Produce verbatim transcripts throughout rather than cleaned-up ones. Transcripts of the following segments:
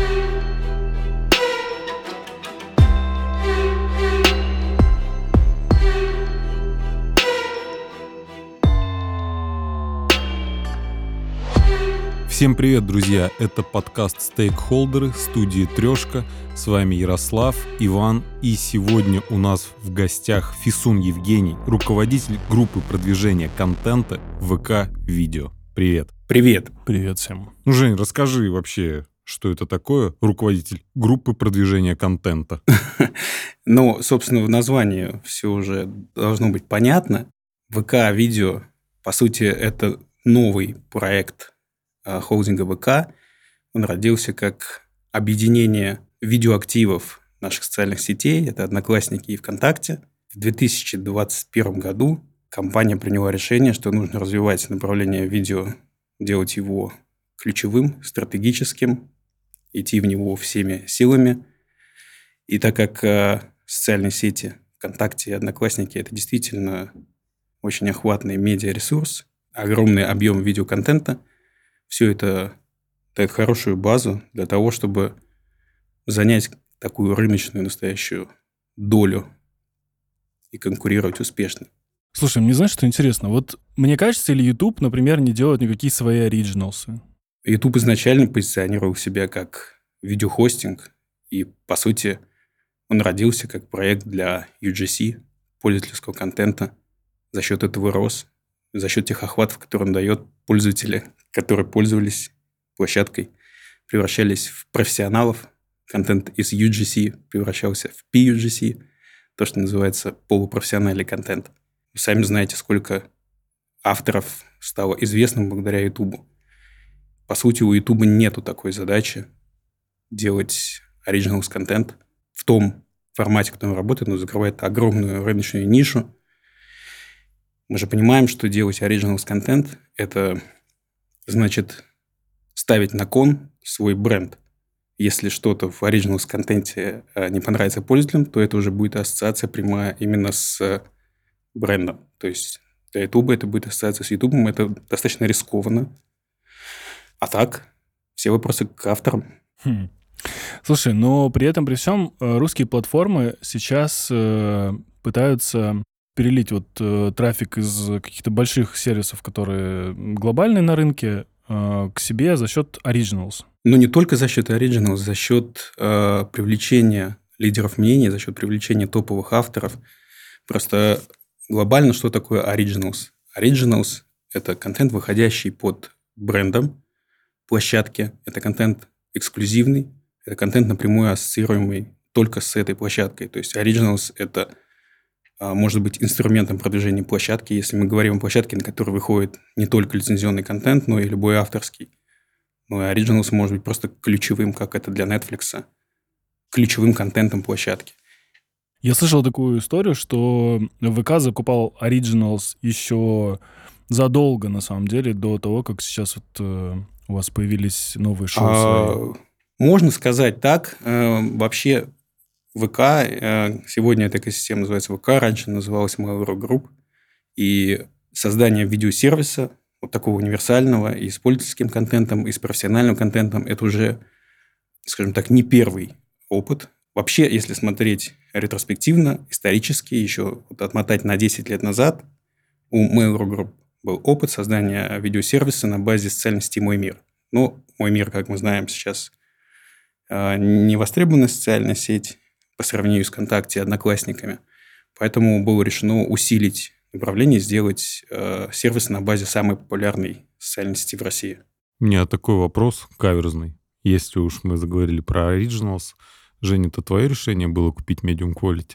Всем привет, друзья! Это подкаст «Стейкхолдеры» студии «Трешка». С вами Ярослав, Иван, и сегодня у нас в гостях Фисун Евгений, руководитель группы продвижения контента ВК Видео. Привет! Привет! Привет всем! Ну, Жень, расскажи вообще, что это такое, руководитель группы продвижения контента? Ну, собственно, в названии все уже должно быть понятно. ВК Видео, по сути, это новый проект холдинга ВК. Он родился как объединение видеоактивов наших социальных сетей. Это Одноклассники и ВКонтакте. В две тысячи двадцать первом году компания приняла решение, что нужно развивать направление видео, делать его ключевым, стратегическим, идти в него всеми силами. И так как э, социальные сети ВКонтакте и Одноклассники – это действительно очень охватный медиаресурс, огромный объем видеоконтента, все это дает хорошую базу для того, чтобы занять такую рыночную настоящую долю и конкурировать успешно. Слушай, мне знаешь, что интересно? Вот мне кажется, или YouTube, например, не делает никакие свои оригиналсы? YouTube изначально позиционировал себя как видеохостинг, и, по сути, он родился как проект для ю джи си, пользовательского контента. За счет этого рос, за счет тех охватов, которые он дает, пользователи, которые пользовались площадкой, превращались в профессионалов. Контент из ю джи си превращался в пи ю джи си, то, что называется полупрофессиональный контент. Вы сами знаете, сколько авторов стало известным благодаря Ютубу. По сути, у Ютуба нету такой задачи делать оригиналс контент в том формате, в котором работает, но закрывает огромную рыночную нишу. Мы же понимаем, что делать оригиналс контент – это значит ставить на кон свой бренд. Если что-то в оригиналс контенте не понравится пользователям, то это уже будет ассоциация прямая именно с брендом. То есть для Ютуба это будет ассоциация с Ютубом, это достаточно рискованно. А так, все вопросы к авторам. Хм. Слушай, но при этом, при всем, русские платформы сейчас э, пытаются перелить вот э, трафик из каких-то больших сервисов, которые глобальные на рынке, э, к себе за счет Originals. Но не только за счет Originals, за счет э, привлечения лидеров мнений, за счет привлечения топовых авторов. Просто глобально что такое Originals? Originals – это контент, выходящий под брендом площадки. Это контент эксклюзивный, это контент, напрямую ассоциируемый только с этой площадкой. То есть Originals – это может быть инструментом продвижения площадки, если мы говорим о площадке, на которой выходит не только лицензионный контент, но и любой авторский. Ну, и Originals может быть просто ключевым, как это для Netflix, ключевым контентом площадки. Я слышал такую историю, что ВК закупал Originals еще задолго, на самом деле, до того, как сейчас вот э, у вас появились новые шоу. А, можно сказать так. Э, вообще... ВК, сегодня эта экосистема называется ВК, раньше называлась Mail.ru Group, и создание видеосервиса, вот такого универсального, и с пользовательским контентом, и с профессиональным контентом, это уже, скажем так, не первый опыт. Вообще, если смотреть ретроспективно, исторически, еще вот отмотать на десять лет назад, у Mail.ru Group был опыт создания видеосервиса на базе социальной сети «Мой мир». Но «Мой мир», как мы знаем, сейчас не востребованная социальная сеть по сравнению с ВКонтакте и Одноклассниками. Поэтому было решено усилить направление, сделать э, сервис на базе самой популярной социальной сети в России. У меня такой вопрос каверзный. Если уж мы заговорили про Originals, Женя, это твое решение было купить Medium Quality?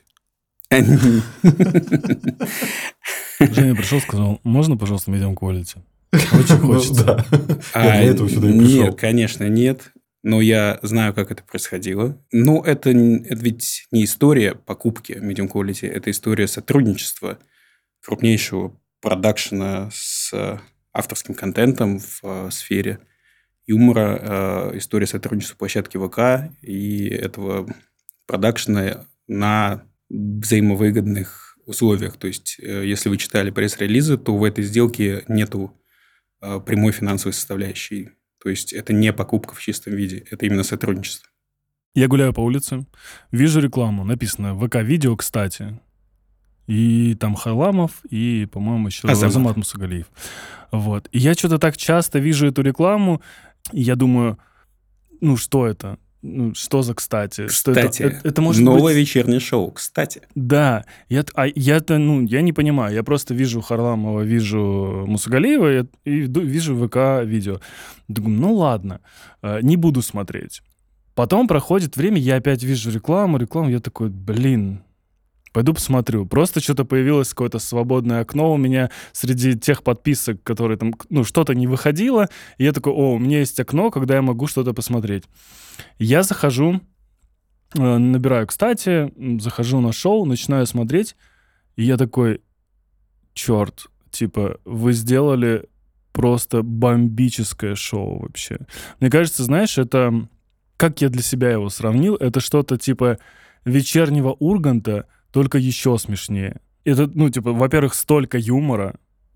Женя пришел, сказал, можно, пожалуйста, Medium Quality? Очень хочется. Нет, конечно, нет. Но я знаю, как это происходило. Но это, это ведь не история покупки Medium Quality, это история сотрудничества крупнейшего продакшена с авторским контентом в сфере юмора, история сотрудничества площадки ВК и этого продакшена на взаимовыгодных условиях. То есть, если вы читали пресс-релизы, то в этой сделке нету прямой финансовой составляющей. То То есть это не покупка в чистом виде, это именно сотрудничество. Я гуляю по улице, вижу рекламу, написано ВК-видео, кстати. И там Харламов, и, по-моему, еще Азамат, Азамат Мусагалиев. Вот. И я что-то так часто вижу эту рекламу, и я думаю, ну что это? Ну, что за кстати? Кстати, что это? Это, это может новое быть... вечернее шоу, кстати. Да, я, а я-то, ну, я не понимаю. Я просто вижу Харламова, вижу Мусагалиева и, и вижу ВК-видео. Думаю, ну ладно, не буду смотреть. Потом проходит время, я опять вижу рекламу, рекламу, я такой, блин, пойду посмотрю. Просто что-то появилось какое-то свободное окно у меня среди тех подписок, которые там, ну, что-то не выходило. И я такой, о, у меня есть окно, когда я могу что-то посмотреть. Я захожу, набираю, кстати, захожу на шоу, начинаю смотреть, и я такой, черт, типа, вы сделали просто бомбическое шоу вообще. Мне кажется, знаешь, это, как я для себя его сравнил, это что-то типа вечернего Урганта, только еще смешнее. Это, ну, типа, во-первых, столько юмора.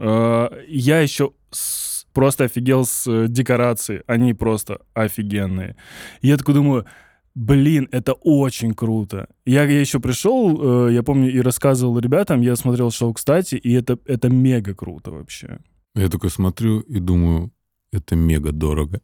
Я еще просто офигел с декорацией. Они просто офигенные. И я такой думаю, блин, это очень круто. Я, я еще пришел, я помню, и рассказывал ребятам, я смотрел шоу «Кстати», и это, это мега круто вообще. Я такой смотрю и думаю, это мега дорого.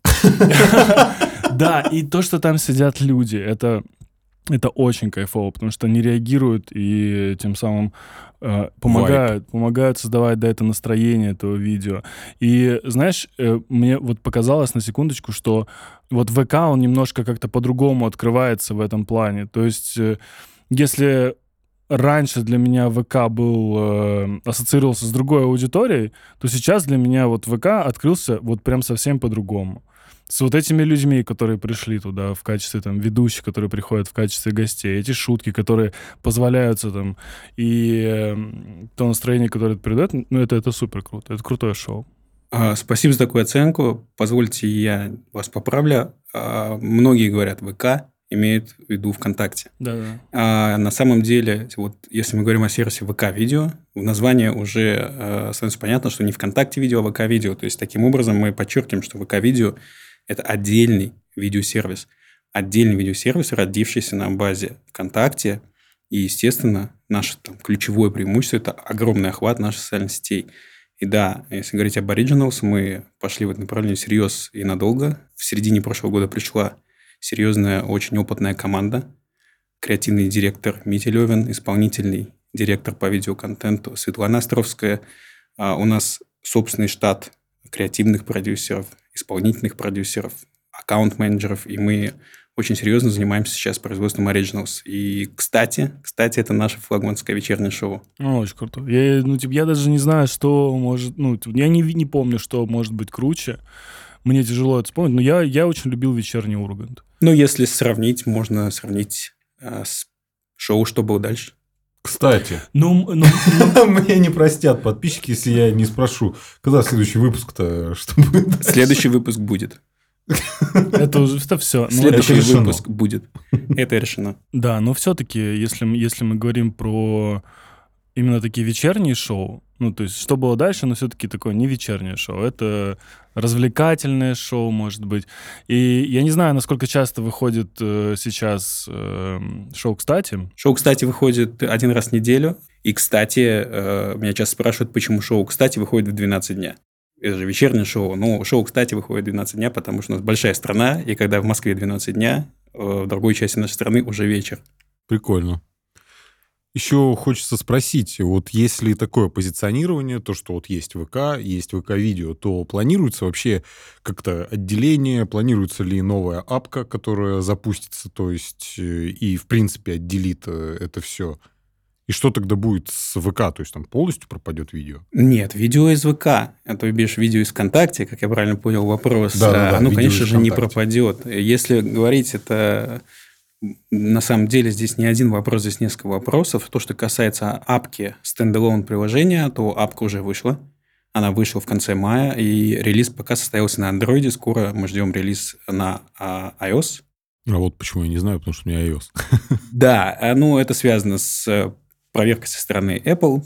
Да, и то, что там сидят люди, это... Это очень кайфово, потому что они реагируют и тем самым э, помогают, помогают создавать, да, это настроение этого видео. И, знаешь, э, мне вот показалось на секундочку, что вот ВК, он немножко как-то по-другому открывается в этом плане. То есть, э, если раньше для меня ВК был, э, ассоциировался с другой аудиторией, то сейчас для меня вот ВК открылся вот прям совсем по-другому. С вот этими людьми, которые пришли туда в качестве там ведущих, которые приходят в качестве гостей, эти шутки, которые позволяются там, и э, то настроение, которое это передает, ну, это, это супер круто, это крутое шоу. А, спасибо за такую оценку. Позвольте, я вас поправлю. А, многие говорят ВК, имеют в виду ВКонтакте. Да-да. А на самом деле, вот если мы говорим о сервисе ВК-видео, в названии уже э, становится понятно, что не ВКонтакте-видео, а ВК-видео. То есть, таким образом мы подчеркиваем, что ВК-видео – это отдельный видеосервис. Отдельный видеосервис, родившийся на базе ВКонтакте. И, естественно, наше там, ключевое преимущество – это огромный охват наших социальных сетей. И да, если говорить об Originals, мы пошли в это направление всерьез и надолго. В середине прошлого года пришла серьезная, очень опытная команда. Креативный директор Митя Левин, исполнительный директор по видеоконтенту Светлана Островская. А у нас собственный штат креативных продюсеров, исполнительных продюсеров, аккаунт-менеджеров, и мы очень серьезно занимаемся сейчас производством Originals. И, кстати, кстати, это наше флагманское вечернее шоу. Ну, очень круто. Я, ну, типа, я даже не знаю, что может... Ну, я не, не помню, что может быть круче. Мне тяжело это вспомнить, но я, я очень любил вечерний Ургант. Ну, если сравнить, можно сравнить э, с шоу «Что было дальше?». Кстати, ну, ну, мне не простят подписчики, если я не спрошу, когда следующий выпуск-то, что будет? Следующий выпуск будет. Это уже это все. Следующий это решено. выпуск будет. Это решено. Да, но все-таки, если, если мы говорим про именно такие вечерние шоу, ну, то есть, что было дальше, но все-таки такое не вечернее шоу. Это развлекательное шоу, может быть. И я не знаю, насколько часто выходит э, сейчас э, шоу «Кстати». Шоу, кстати, выходит один раз в неделю. И, кстати, э, меня часто спрашивают, почему шоу «Кстати» выходит в двенадцать дня. Это же вечернее шоу. Ну, шоу, кстати, выходит в двенадцать дня, потому что у нас большая страна, и когда в Москве двенадцать дня, э, в другой части нашей страны уже вечер. Прикольно. Еще хочется спросить, вот если такое позиционирование, то, что вот есть ВК, есть ВК-видео, то планируется вообще как-то отделение, планируется ли новая апка, которая запустится, то есть и, в принципе, отделит это все? И что тогда будет с ВК? То есть там полностью пропадет видео? Нет, видео из ВК. А то бишь видео из ВКонтакте, как я правильно понял вопрос. Да, да, да, оно, видео конечно из же, не ВКонтакте. пропадет. Если говорить, это... На самом деле здесь не один вопрос, здесь несколько вопросов. То, что касается апки стендалон приложения, то апка уже вышла. Она вышла в конце мая, и релиз пока состоялся на Android. Скоро мы ждем релиз на а, iOS. А вот почему я не знаю, потому что у меня iOS. Да, ну это связано с проверкой со стороны Apple.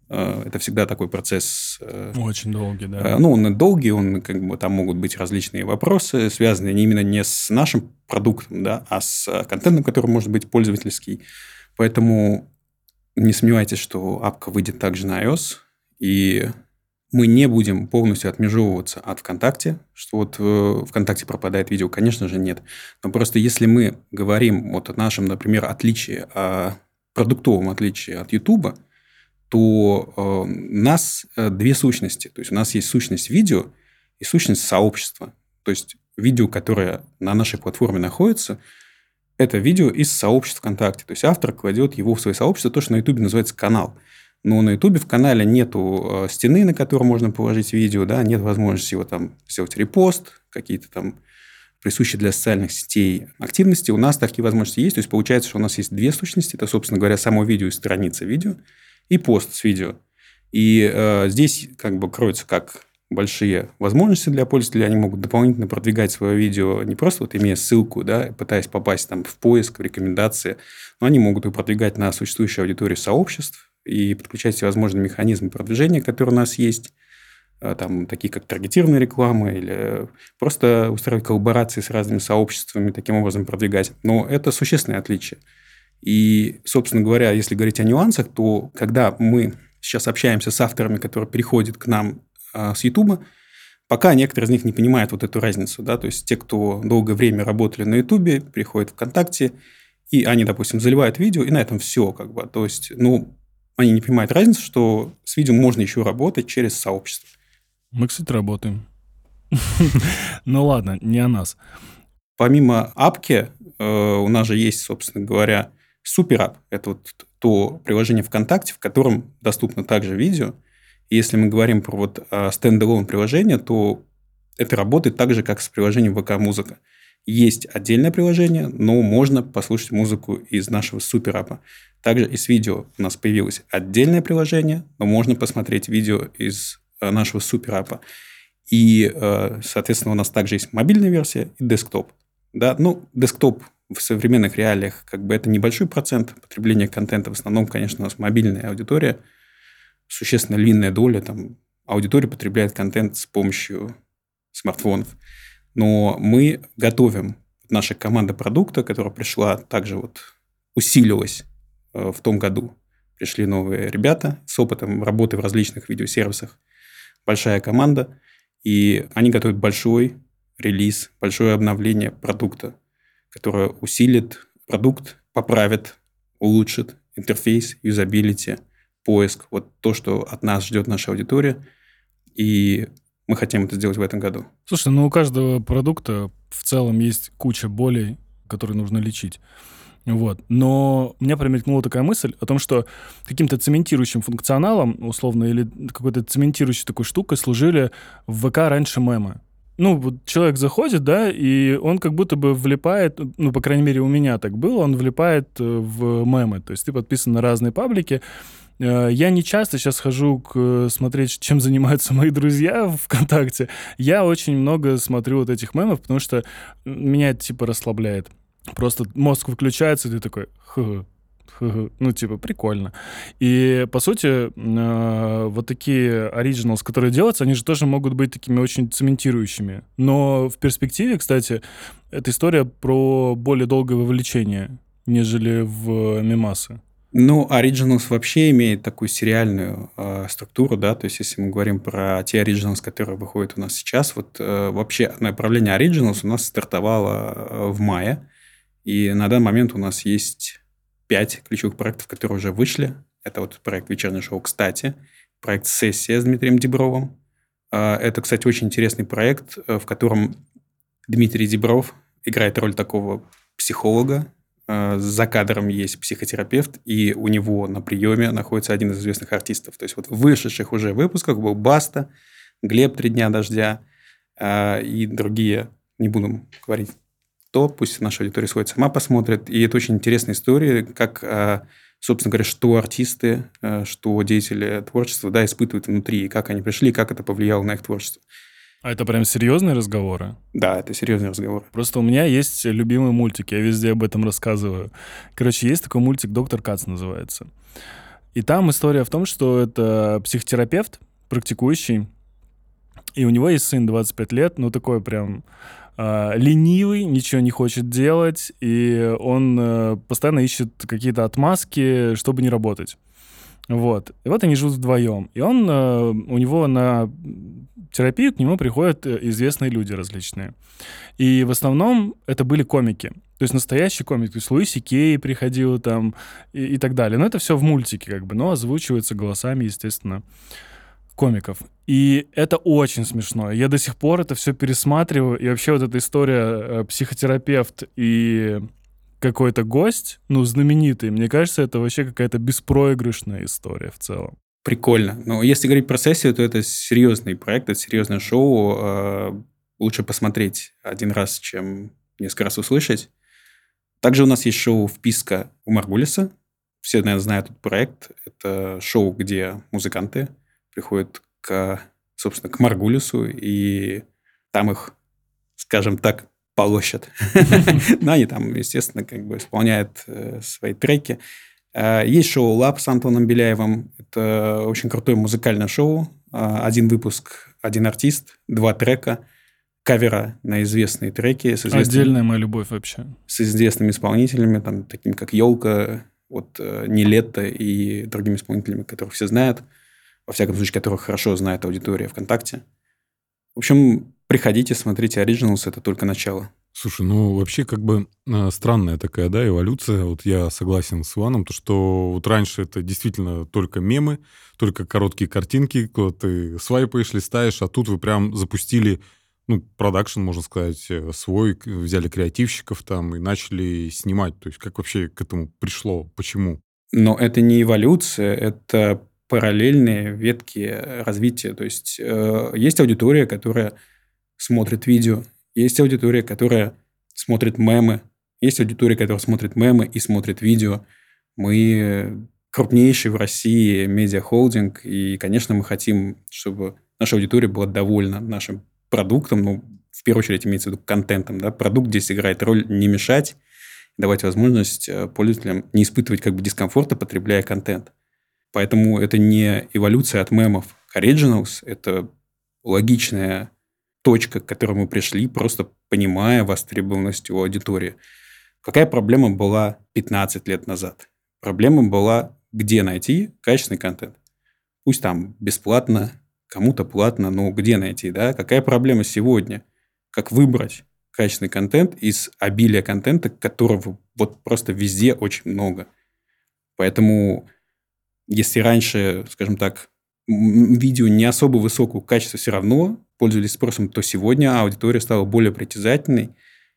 Это всегда такой процесс... Очень долгий, да. Ну, он долгий, он, как бы, там могут быть различные вопросы, связанные не именно не с нашим продуктом, да, а с контентом, который может быть пользовательский. Поэтому не сомневайтесь, что апка выйдет также на iOS, и мы не будем полностью отмежевываться от ВКонтакте, что вот в ВКонтакте пропадает видео, конечно же, нет. Но просто если мы говорим вот о нашем, например, отличии, о продуктовом отличии от Ютуба, то э, у нас две сущности. То есть, у нас есть сущность видео и сущность сообщества. То есть, видео, которое на нашей платформе находится, это видео из сообщества ВКонтакте. То есть, автор кладет его в свое сообщество, то, что на Ютубе называется канал. Но на Ютубе в канале нету стены, на которую можно положить видео, да, нет возможности его там сделать репост, какие-то там присущие для социальных сетей активности. У нас такие возможности есть. То есть, получается, что у нас есть две сущности. Это, собственно говоря, само видео и страница видео. И пост с видео. И э, здесь как бы кроются как большие возможности для пользователей. Они могут дополнительно продвигать свое видео, не просто вот имея ссылку, да, пытаясь попасть там в поиск, в рекомендации, но они могут его продвигать на существующую аудиторию сообществ и подключать всевозможные механизмы продвижения, которые у нас есть, там, такие как таргетированная реклама или просто устраивать коллаборации с разными сообществами, таким образом продвигать. Но это существенное отличие. И, собственно говоря, если говорить о нюансах, то когда мы сейчас общаемся с авторами, которые приходят к нам а, с Ютуба, пока некоторые из них не понимают вот эту разницу. Да? То есть, те, кто долгое время работали на Ютубе, приходят в ВКонтакте, и они, допустим, заливают видео, и на этом все. Как бы. То есть, ну, они не понимают разницу, что с видео можно еще работать через сообщество. Мы, кстати, работаем. Ну ладно, не о нас. Помимо апки, у нас же есть, собственно говоря, SuperApp. Это вот то приложение ВКонтакте, в котором доступно также видео. И если мы говорим про вот стендалон приложение, то это работает так же, как с приложением ВК-музыка. Есть отдельное приложение, но можно послушать музыку из нашего SuperApp. Также и с видео у нас появилось отдельное приложение, но можно посмотреть видео из нашего SuperApp. И, соответственно, у нас также есть мобильная версия и десктоп. Да, ну, десктоп в современных реалиях как бы это небольшой процент потребления контента. В основном, конечно, у нас мобильная аудитория. Существенно львиная доля там, аудитории потребляет контент с помощью смартфонов. Но мы готовим, наша команда продукта, которая пришла, также вот усилилась э, в том году. Пришли новые ребята с опытом работы в различных видеосервисах. Большая команда. И они готовят большой релиз, большое обновление продукта, которое усилит продукт, поправит, улучшит интерфейс, юзабилити, поиск. Вот то, что от нас ждет наша аудитория. И мы хотим это сделать в этом году. Слушай, ну у каждого продукта в целом есть куча болей, которые нужно лечить. Вот. Но у меня промелькнула такая мысль о том, что каким-то цементирующим функционалом, условно, или какой-то цементирующей такой штукой служили в ВК раньше мемы. Ну, вот человек заходит, да, и он как будто бы влипает, ну, по крайней мере, у меня так было, он влипает в мемы. То есть ты подписан на разные паблики. Я не часто сейчас хожу к, смотреть, чем занимаются мои друзья в ВКонтакте. Я очень много смотрю вот этих мемов, потому что меня это типа расслабляет. Просто мозг выключается, и ты такой... Хы-хы. Ну, типа, прикольно. И, по сути, э, вот такие оригиналс, которые делаются, они же тоже могут быть такими очень цементирующими. Но в перспективе, кстати, эта история про более долгое вовлечение, нежели в мемасы. Ну, Originals вообще имеет такую сериальную э, структуру, да, то есть если мы говорим про те Originals, которые выходят у нас сейчас, вот э, вообще направление Originals у нас стартовало э, в мае, и на данный момент у нас есть пять ключевых проектов, которые уже вышли. Это вот проект «Вечернее шоу», кстати, проект «Сессия» с Дмитрием Дибровым. Э, это, кстати, очень интересный проект, в котором Дмитрий Дибров играет роль такого психолога. За кадром есть психотерапевт, и у него на приеме находится один из известных артистов. То есть, вот в вышедших уже выпусках был Баста, Глеб «Три дня дождя» и другие. Не буду говорить кто, пусть наша аудитория сходит, сама посмотрит. И это очень интересная история, как, собственно говоря, что артисты, что деятели творчества, да, испытывают внутри, и как они пришли, и как это повлияло на их творчество. А это прям серьезные разговоры? Да, это серьезные разговоры. Просто у меня есть любимый мультик, я везде об этом рассказываю. Короче, есть такой мультик «Доктор Кац» называется. И там история в том, что это психотерапевт, практикующий, и у него есть сын двадцать пять лет, ну такой прям э, ленивый, ничего не хочет делать, и он э, постоянно ищет какие-то отмазки, чтобы не работать. Вот. И вот они живут вдвоем. И он, э, у него на терапию к нему приходят известные люди различные. И в основном это были комики. То есть настоящий комик. То есть Луи Си Кей приходил там и, и так далее. Но это все в мультике как бы, но озвучивается голосами, естественно, комиков. И это очень смешно. Я до сих пор это все пересматриваю. И вообще вот эта история психотерапевт и какой-то гость, ну, знаменитый, мне кажется, это вообще какая-то беспроигрышная история в целом. Прикольно. Но если говорить про сессию, то это серьезный проект, это серьезное шоу. Лучше посмотреть один раз, чем несколько раз услышать. Также у нас есть шоу «Вписка» у Маргулиса. Все, наверное, знают этот проект. Это шоу, где музыканты приходят к, собственно, к Маргулису, и там их, скажем так, полощат. Но они там, естественно, как бы исполняют свои треки. Есть шоу «Лаб» с Антоном Беляевым. Это очень крутое музыкальное шоу. Один выпуск, один артист, два трека, кавера на известные треки. С Отдельная моя любовь вообще. С известными исполнителями, там, такими как «Елка», вот, «Нилетто» и другими исполнителями, которых все знают. Во всяком случае, которых хорошо знает аудитория ВКонтакте. В общем, приходите, смотрите Originals, это только начало. Слушай, ну вообще как бы э, странная такая, да, эволюция. Вот я согласен с Иваном, то что вот раньше это действительно только мемы, только короткие картинки, куда ты свайпаешь, листаешь, а тут вы прям запустили, ну, продакшн, можно сказать, свой, взяли креативщиков там и начали снимать. То есть как вообще к этому пришло, почему? Но это не эволюция, это параллельные ветки развития. То есть э, есть аудитория, которая смотрит видео, есть аудитория, которая смотрит мемы, есть аудитория, которая смотрит мемы и смотрит видео. Мы крупнейший в России медиахолдинг, и, конечно, мы хотим, чтобы наша аудитория была довольна нашим продуктом, ну, в первую очередь имеется в виду контентом, да, продукт здесь играет роль не мешать, давать возможность пользователям не испытывать как бы дискомфорта, потребляя контент. Поэтому это не эволюция от мемов к Originals, это логичная точка, к которой мы пришли, просто понимая востребованность у аудитории. Какая проблема была пятнадцать лет назад? Проблема была, где найти качественный контент. Пусть там бесплатно, кому-то платно, но где найти, да? Какая проблема сегодня? Как выбрать качественный контент из обилия контента, которого вот просто везде очень много. Поэтому если раньше, скажем так, видео не особо высокого качества все равно пользовались спросом, то сегодня аудитория стала более притязательной,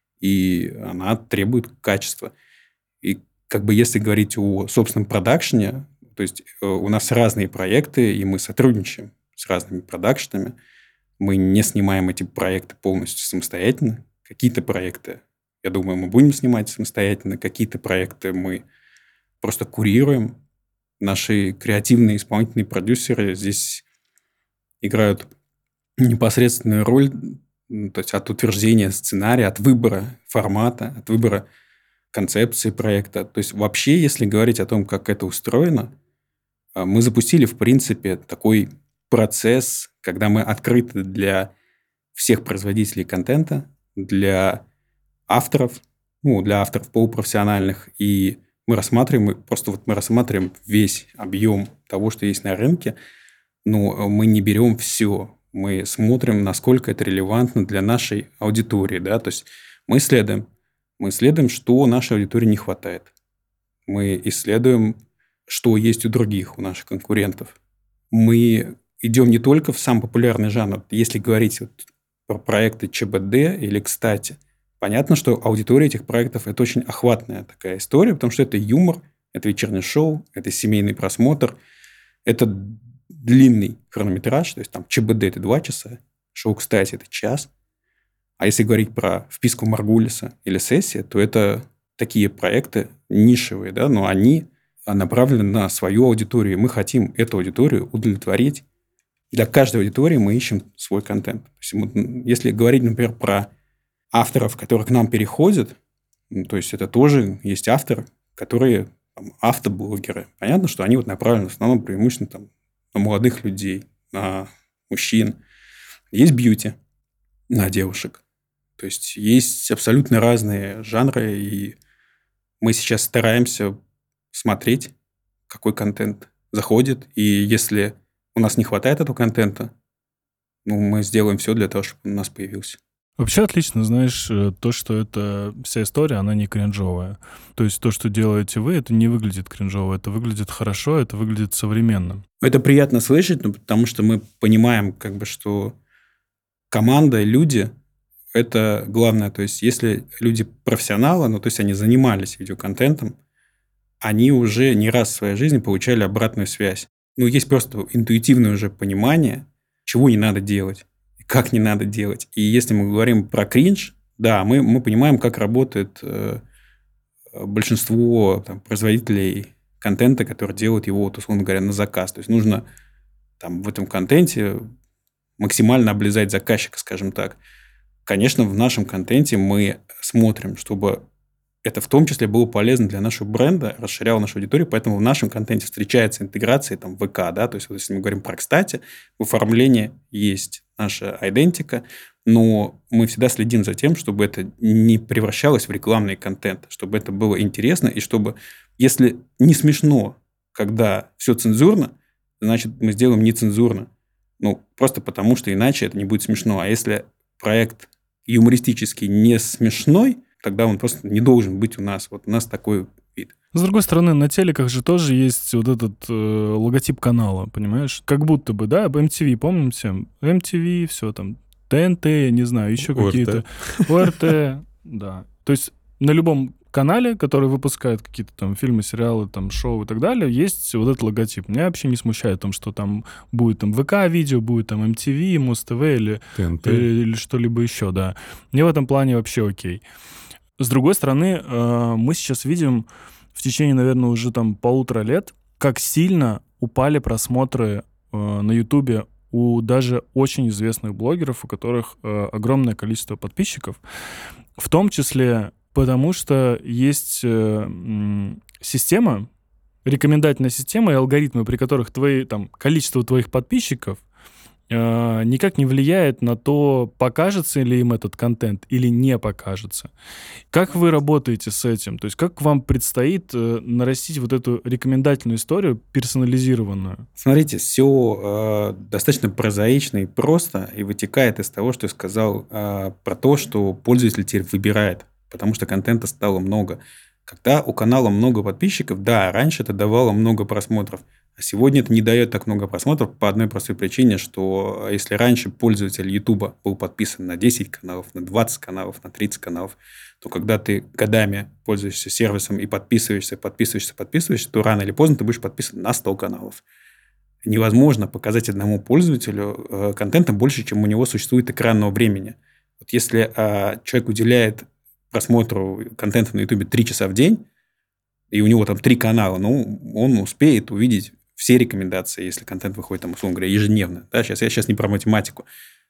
и она требует качества. И как бы если говорить о собственном продакшене, то есть у нас разные проекты, и мы сотрудничаем с разными продакшенами. Мы не снимаем эти проекты полностью самостоятельно. Какие-то проекты, я думаю, мы будем снимать самостоятельно, какие-то проекты мы просто курируем. Наши креативные исполнительные продюсеры здесь играют непосредственную роль, то есть от утверждения сценария, от выбора формата, от выбора концепции проекта. То есть вообще, если говорить о том, как это устроено, мы запустили, в принципе, такой процесс, когда мы открыты для всех производителей контента, для авторов, ну, для авторов полупрофессиональных, и мы рассматриваем, просто вот мы рассматриваем весь объем того, что есть на рынке, но мы не берем все. Мы смотрим, насколько это релевантно для нашей аудитории, да, то есть мы исследуем, мы исследуем, что нашей аудитории не хватает. Мы исследуем, что есть у других, у наших конкурентов. Мы идем не только в самый популярный жанр. Если говорить вот про проекты ЧБД или Кстати, понятно, что аудитория этих проектов – это очень охватная такая история, потому что это юмор, это вечернее шоу, это семейный просмотр, это длинный хронометраж, то есть там ЧБД – это два часа, шоу «Кстати» – это час. А если говорить про «Вписку Маргулиса» или «Сессия», то это такие проекты нишевые, да, но они направлены на свою аудиторию. Мы хотим эту аудиторию удовлетворить. Для каждой аудитории мы ищем свой контент. То есть, если говорить, например, про авторов, которые к нам переходят, то есть это тоже есть авторы, которые там, автоблогеры. Понятно, что они вот направлены в основном преимущественно там, на молодых людей, на мужчин. Есть бьюти на девушек. То есть есть абсолютно разные жанры, и мы сейчас стараемся смотреть, какой контент заходит, и если у нас не хватает этого контента, ну, мы сделаем все для того, чтобы он у нас появился. Вообще отлично, знаешь, то, что эта вся история, она не кринжовая. То есть то, что делаете вы, это не выглядит кринжово, это выглядит хорошо, это выглядит современно. Это приятно слышать, ну, потому что мы понимаем, как бы, что команда, люди – это главное. То есть если люди профессионалы, ну, то есть они занимались видеоконтентом, они уже не раз в своей жизни получали обратную связь. Ну, есть просто интуитивное уже понимание, чего не надо делать. Как не надо делать. И если мы говорим про кринж, да, мы, мы понимаем, как работает э, большинство там, производителей контента, которые делают его, вот, условно говоря, на заказ. То есть нужно там, в этом контенте максимально облизать заказчика, скажем так. Конечно, в нашем контенте мы смотрим, чтобы это в том числе было полезно для нашего бренда, расширяло нашу аудиторию, поэтому в нашем контенте встречается интеграция там, в ВК, да, то есть вот если мы говорим про Кстати, в оформлении есть наша идентика, но мы всегда следим за тем, чтобы это не превращалось в рекламный контент, чтобы это было интересно, и чтобы, если не смешно, когда все цензурно, значит, мы сделаем нецензурно. Ну, просто потому, что иначе это не будет смешно. А если проект юмористический не смешной, тогда он просто не должен быть у нас. Вот у нас такой вид. С другой стороны, на телеках же тоже есть вот этот э, логотип канала, понимаешь? Как будто бы, да, эм ти ви, помните? эм ти ви, все там, тэ эн тэ, не знаю, еще ОРТ. какие-то. ОРТ, да. То есть на любом канале, который выпускает какие-то там фильмы, сериалы, там, шоу и так далее, есть вот этот логотип. Меня вообще не смущает том, что там будет там ВК-видео, будет там эм ти ви, Муз-ТВ или, или, или что-либо еще, да. Мне в этом плане вообще окей. С другой стороны, мы сейчас видим в течение, наверное, уже там полутора лет, как сильно упали просмотры на Ютубе у даже очень известных блогеров, у которых огромное количество подписчиков, в том числе потому, что есть система, рекомендательная система и алгоритмы, при которых твои, там, количество твоих подписчиков никак не влияет на то, покажется ли им этот контент или не покажется. Как вы работаете с этим? То есть как вам предстоит нарастить вот эту рекомендательную историю персонализированную? Смотрите, все э, достаточно прозаично и просто, и вытекает из того, что я сказал э, про то, что пользователь теперь выбирает, потому что контента стало много. Когда у канала много подписчиков, да, раньше это давало много просмотров, а сегодня это не дает так много просмотров по одной простой причине, что если раньше пользователь Ютуба был подписан на десять каналов, на двадцать каналов, на тридцать каналов, то когда ты годами пользуешься сервисом и подписываешься, подписываешься, подписываешься, то рано или поздно ты будешь подписан на сто каналов. Невозможно показать одному пользователю э, контента больше, чем у него существует экранного времени. Вот если э, человек уделяет просмотру контента на Ютубе три часа в день, и у него там три канала, ну, он успеет увидеть все рекомендации, если контент выходит, там, условно говоря, ежедневно. Да, сейчас, я сейчас не про математику.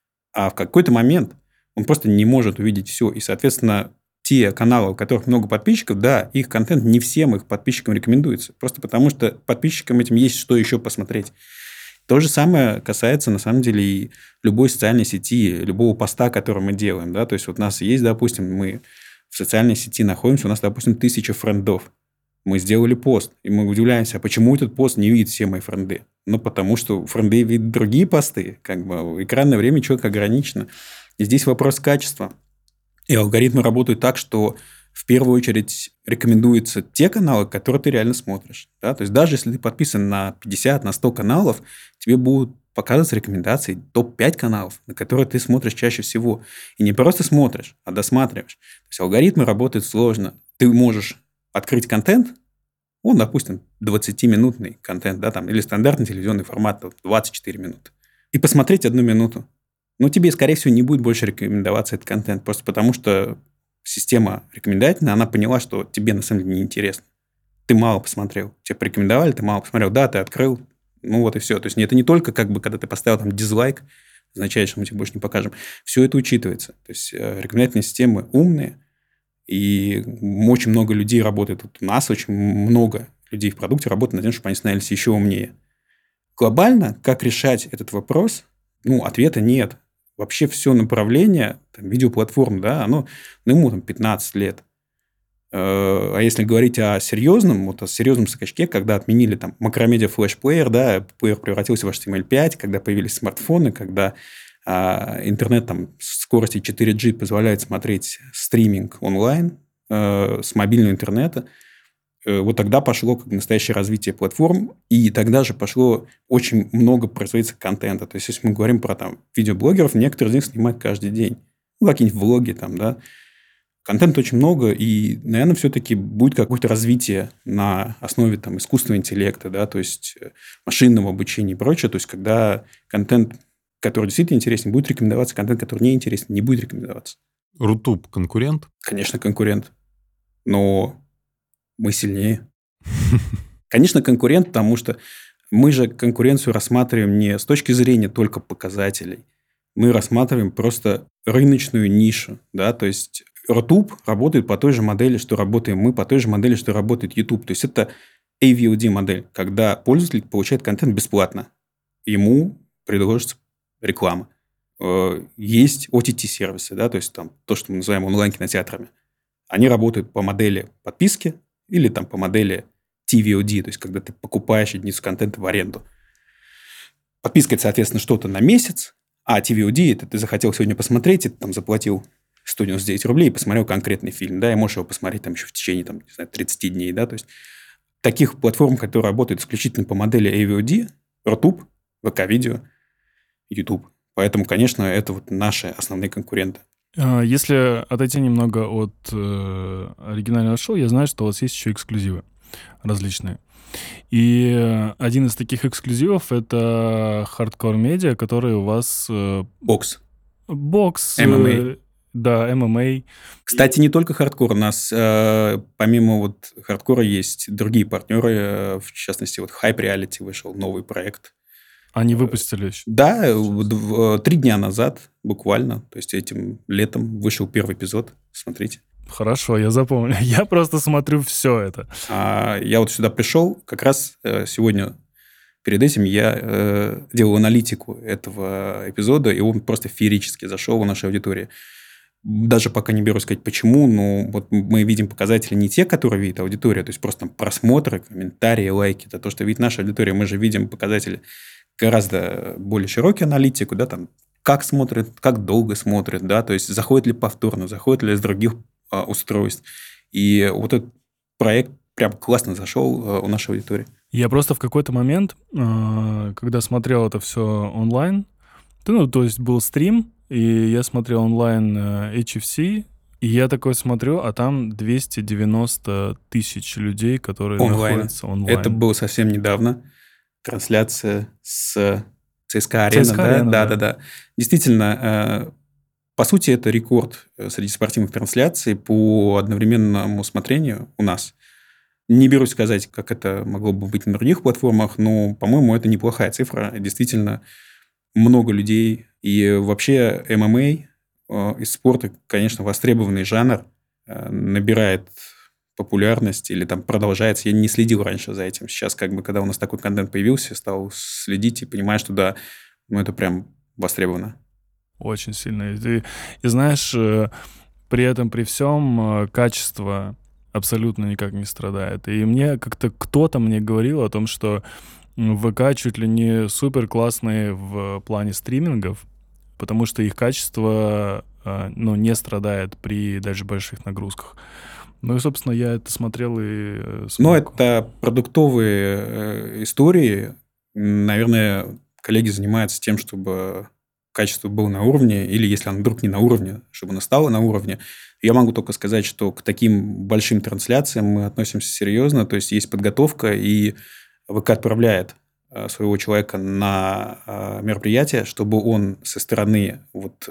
А в какой-то момент он просто не может увидеть все. И, соответственно, те каналы, у которых много подписчиков, да, их контент не всем их подписчикам рекомендуется. Просто потому, что подписчикам этим есть что еще посмотреть. То же самое касается, на самом деле, и любой социальной сети, любого поста, который мы делаем. Да? То есть, вот у нас есть, допустим, мы в социальной сети находимся, у нас, допустим, тысяча френдов. Мы сделали пост, и мы удивляемся, а почему этот пост не видит все мои френды? Ну, потому что френды видят другие посты. Как бы экранное время человека ограничено. И здесь вопрос качества. И алгоритмы работают так, что в первую очередь рекомендуются те каналы, которые ты реально смотришь. Да? То есть, даже если ты подписан на пятьдесят, на сто каналов, тебе будут показываться рекомендации топ пять каналов, на которые ты смотришь чаще всего. И не просто смотришь, а досматриваешь. То есть, алгоритмы работают сложно. Ты можешь открыть контент, он, допустим, двадцатиминутный контент, да, там, или стандартный телевизионный формат, двадцать четыре минуты, и посмотреть одну минуту. Но тебе, скорее всего, не будет больше рекомендоваться этот контент, просто потому что система рекомендательная, она поняла, что тебе на самом деле неинтересно. Ты мало посмотрел. Тебе порекомендовали, ты мало посмотрел. Да, ты открыл, ну вот и все. То есть, это не только, как бы, когда ты поставил там дизлайк, означает, что мы тебе больше не покажем. Все это учитывается. То есть, рекомендательные системы умные, И очень много людей работает. Вот у нас очень много людей в продукте работает над тем, чтобы они становились еще умнее. Глобально, как решать этот вопрос? Ну, ответа нет. Вообще все направление, там, видеоплатформ, да, оно, ну, ему там пятнадцать лет. А если говорить о серьезном, вот о серьезном скачке, когда отменили там макромедиа флешплеер, да, плеер превратился в эйч ти эм эль пять, когда появились смартфоны, когда а, интернет там с скоростью четыре джи позволяет смотреть стриминг онлайн э, с мобильного интернета, э, вот тогда пошло как настоящее развитие платформ, и тогда же пошло очень много производиться контента. То есть, если мы говорим про там видеоблогеров, некоторые из них снимают каждый день. Ну, какие-нибудь влоги там, да. Контента очень много, и, наверное, все-таки будет какое-то развитие на основе там, искусственного интеллекта, да, то есть машинного обучения и прочее. То есть, когда контент, который действительно интересен, будет рекомендоваться, контент, который не интересен, не будет рекомендоваться. Рутуб конкурент? Конечно, конкурент. Но мы сильнее. Конечно, конкурент, потому что мы же конкуренцию рассматриваем не с точки зрения только показателей. Мы рассматриваем просто рыночную нишу, да, то есть Рутуб работает по той же модели, что работаем мы, по той же модели, что работает YouTube. То есть, это эй ви о ди модель, когда пользователь получает контент бесплатно. Ему предложится реклама. Есть о ти ти-сервисы, да, то есть, там, то, что мы называем онлайн-кинотеатрами. Они работают по модели подписки или там, по модели ти ви о ди, то есть, когда ты покупаешь единицу контента в аренду. Подписка – это, соответственно, что-то на месяц, а ти ви о ди – это ты захотел сегодня посмотреть, и ты там заплатил сто девяносто девять рублей и посмотрел конкретный фильм, да, и можешь его посмотреть там еще в течение, там, не знаю, тридцать дней, да, то есть таких платформ, которые работают исключительно по модели эй ви о ди, Рутуб, ВК-видео, YouTube. Поэтому, конечно, это вот наши основные конкуренты. Если отойти немного от э, оригинального шоу, я знаю, что у вас есть еще эксклюзивы различные. И один из таких эксклюзивов — это Hardcore Media, который у вас... Э, Бокс. Бокс. эм эм эй. Э, да, эм эм эй. Кстати, не только хардкор. У нас э, помимо вот хардкора есть другие партнеры. Э, в частности, вот Hype Reality вышел новый проект. Они выпустили еще? Да, в, в, три дня назад буквально. То есть, этим летом вышел первый эпизод. Смотрите. Хорошо, я запомню. Я просто смотрю все это. А, я вот сюда пришел. Как раз э, сегодня перед этим я э, делал аналитику этого эпизода, и он просто феерически зашел в нашей аудитории. Даже пока не берусь сказать, почему, но вот мы видим показатели не те, которые видит аудитория, то есть просто там просмотры, комментарии, лайки. Это то, что видит наша аудитория. Мы же видим показатели гораздо более широкие, аналитику, да, там, как смотрят, как долго смотрят, да, то есть заходит ли повторно, заходит ли из других а, устройств. И вот этот проект прям классно зашел а, у нашей аудитории. Я просто в какой-то момент, а, когда смотрел это все онлайн, ну, то есть был стрим, и я смотрел онлайн эйч эф си, и я такой смотрю, а там двести девяносто тысяч людей, которые онлайн. находятся онлайн. Это было совсем недавно. Трансляция с ЦСКА Арена. ЦСКА да? Арена, да, да. да, да. Действительно, по сути, это рекорд среди спортивных трансляций по одновременному смотрению у нас. Не берусь сказать, как это могло бы быть на других платформах, но, по-моему, это неплохая цифра. Действительно, много людей. И вообще эм эм эй из спорта, конечно, востребованный жанр, набирает популярность или там продолжается. Я не следил раньше за этим. Сейчас, как бы, когда у нас такой контент появился, стал следить и понимаю, что да, ну, это прям востребовано. Очень сильно. И, ты, и знаешь, при этом, при всем, качество абсолютно никак не страдает. И мне как-то кто-то мне говорил о том, что ВК чуть ли не супер классные в плане стримингов, потому что их качество, ну, не страдает при даже больших нагрузках. Ну и, собственно, я это смотрел и смог. Ну, это продуктовые истории. Наверное, коллеги занимаются тем, чтобы качество было на уровне, или если оно вдруг не на уровне, чтобы оно стало на уровне. Я могу только сказать, что к таким большим трансляциям мы относимся серьезно, то есть есть подготовка, и ВК отправляет своего человека на мероприятие, чтобы он со стороны вот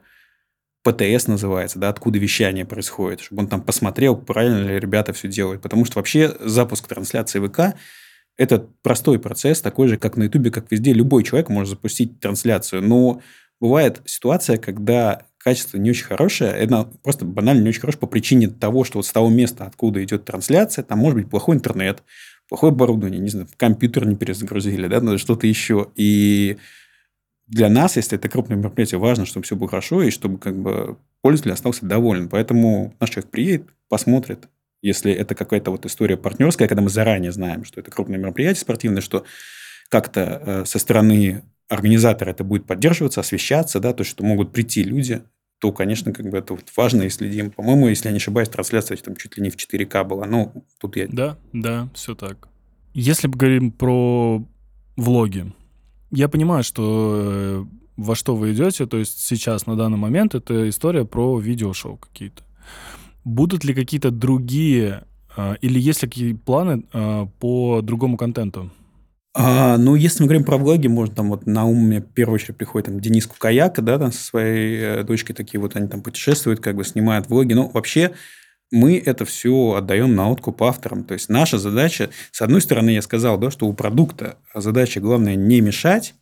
пэ тэ эс называется, да, откуда вещание происходит, чтобы он там посмотрел, правильно ли ребята все делают. Потому что вообще запуск трансляции ВК – это простой процесс, такой же, как на Ютубе, как везде. Любой человек может запустить трансляцию. Но бывает ситуация, когда качество не очень хорошее. Это просто банально не очень хорошее по причине того, что вот с того места, откуда идет трансляция, там может быть плохой интернет, плохое оборудование, не знаю, компьютер не перезагрузили, да, ну, что-то еще. И для нас, если это крупное мероприятие, важно, чтобы все было хорошо и чтобы как бы пользователь остался доволен. Поэтому наш человек приедет, посмотрит. Если это какая-то вот история партнерская, когда мы заранее знаем, что это крупное мероприятие спортивное, что как-то э, со стороны организатора это будет поддерживаться, освещаться, да, то, что могут прийти люди, то, конечно, как бы это вот важно и следим. По-моему, если я не ошибаюсь, трансляция там чуть ли не в четыре ка была. Ну, тут я... Да, да, все так. Если мы говорим про влоги, я понимаю, что э, во что вы идете, то есть сейчас, на данный момент, это история про видеошоу какие-то. Будут ли какие-то другие, э, или есть ли какие планы э, по другому контенту? А, ну, если мы говорим про влоги, может, там вот на ум мне в первую очередь приходит там Денис Кукаяка, да, там со своей э, дочкой такие вот, они там путешествуют, как бы снимают влоги. Ну, вообще, мы это все отдаем на откуп авторам. То есть, наша задача, с одной стороны, я сказал, да, что у продукта задача главное не мешать,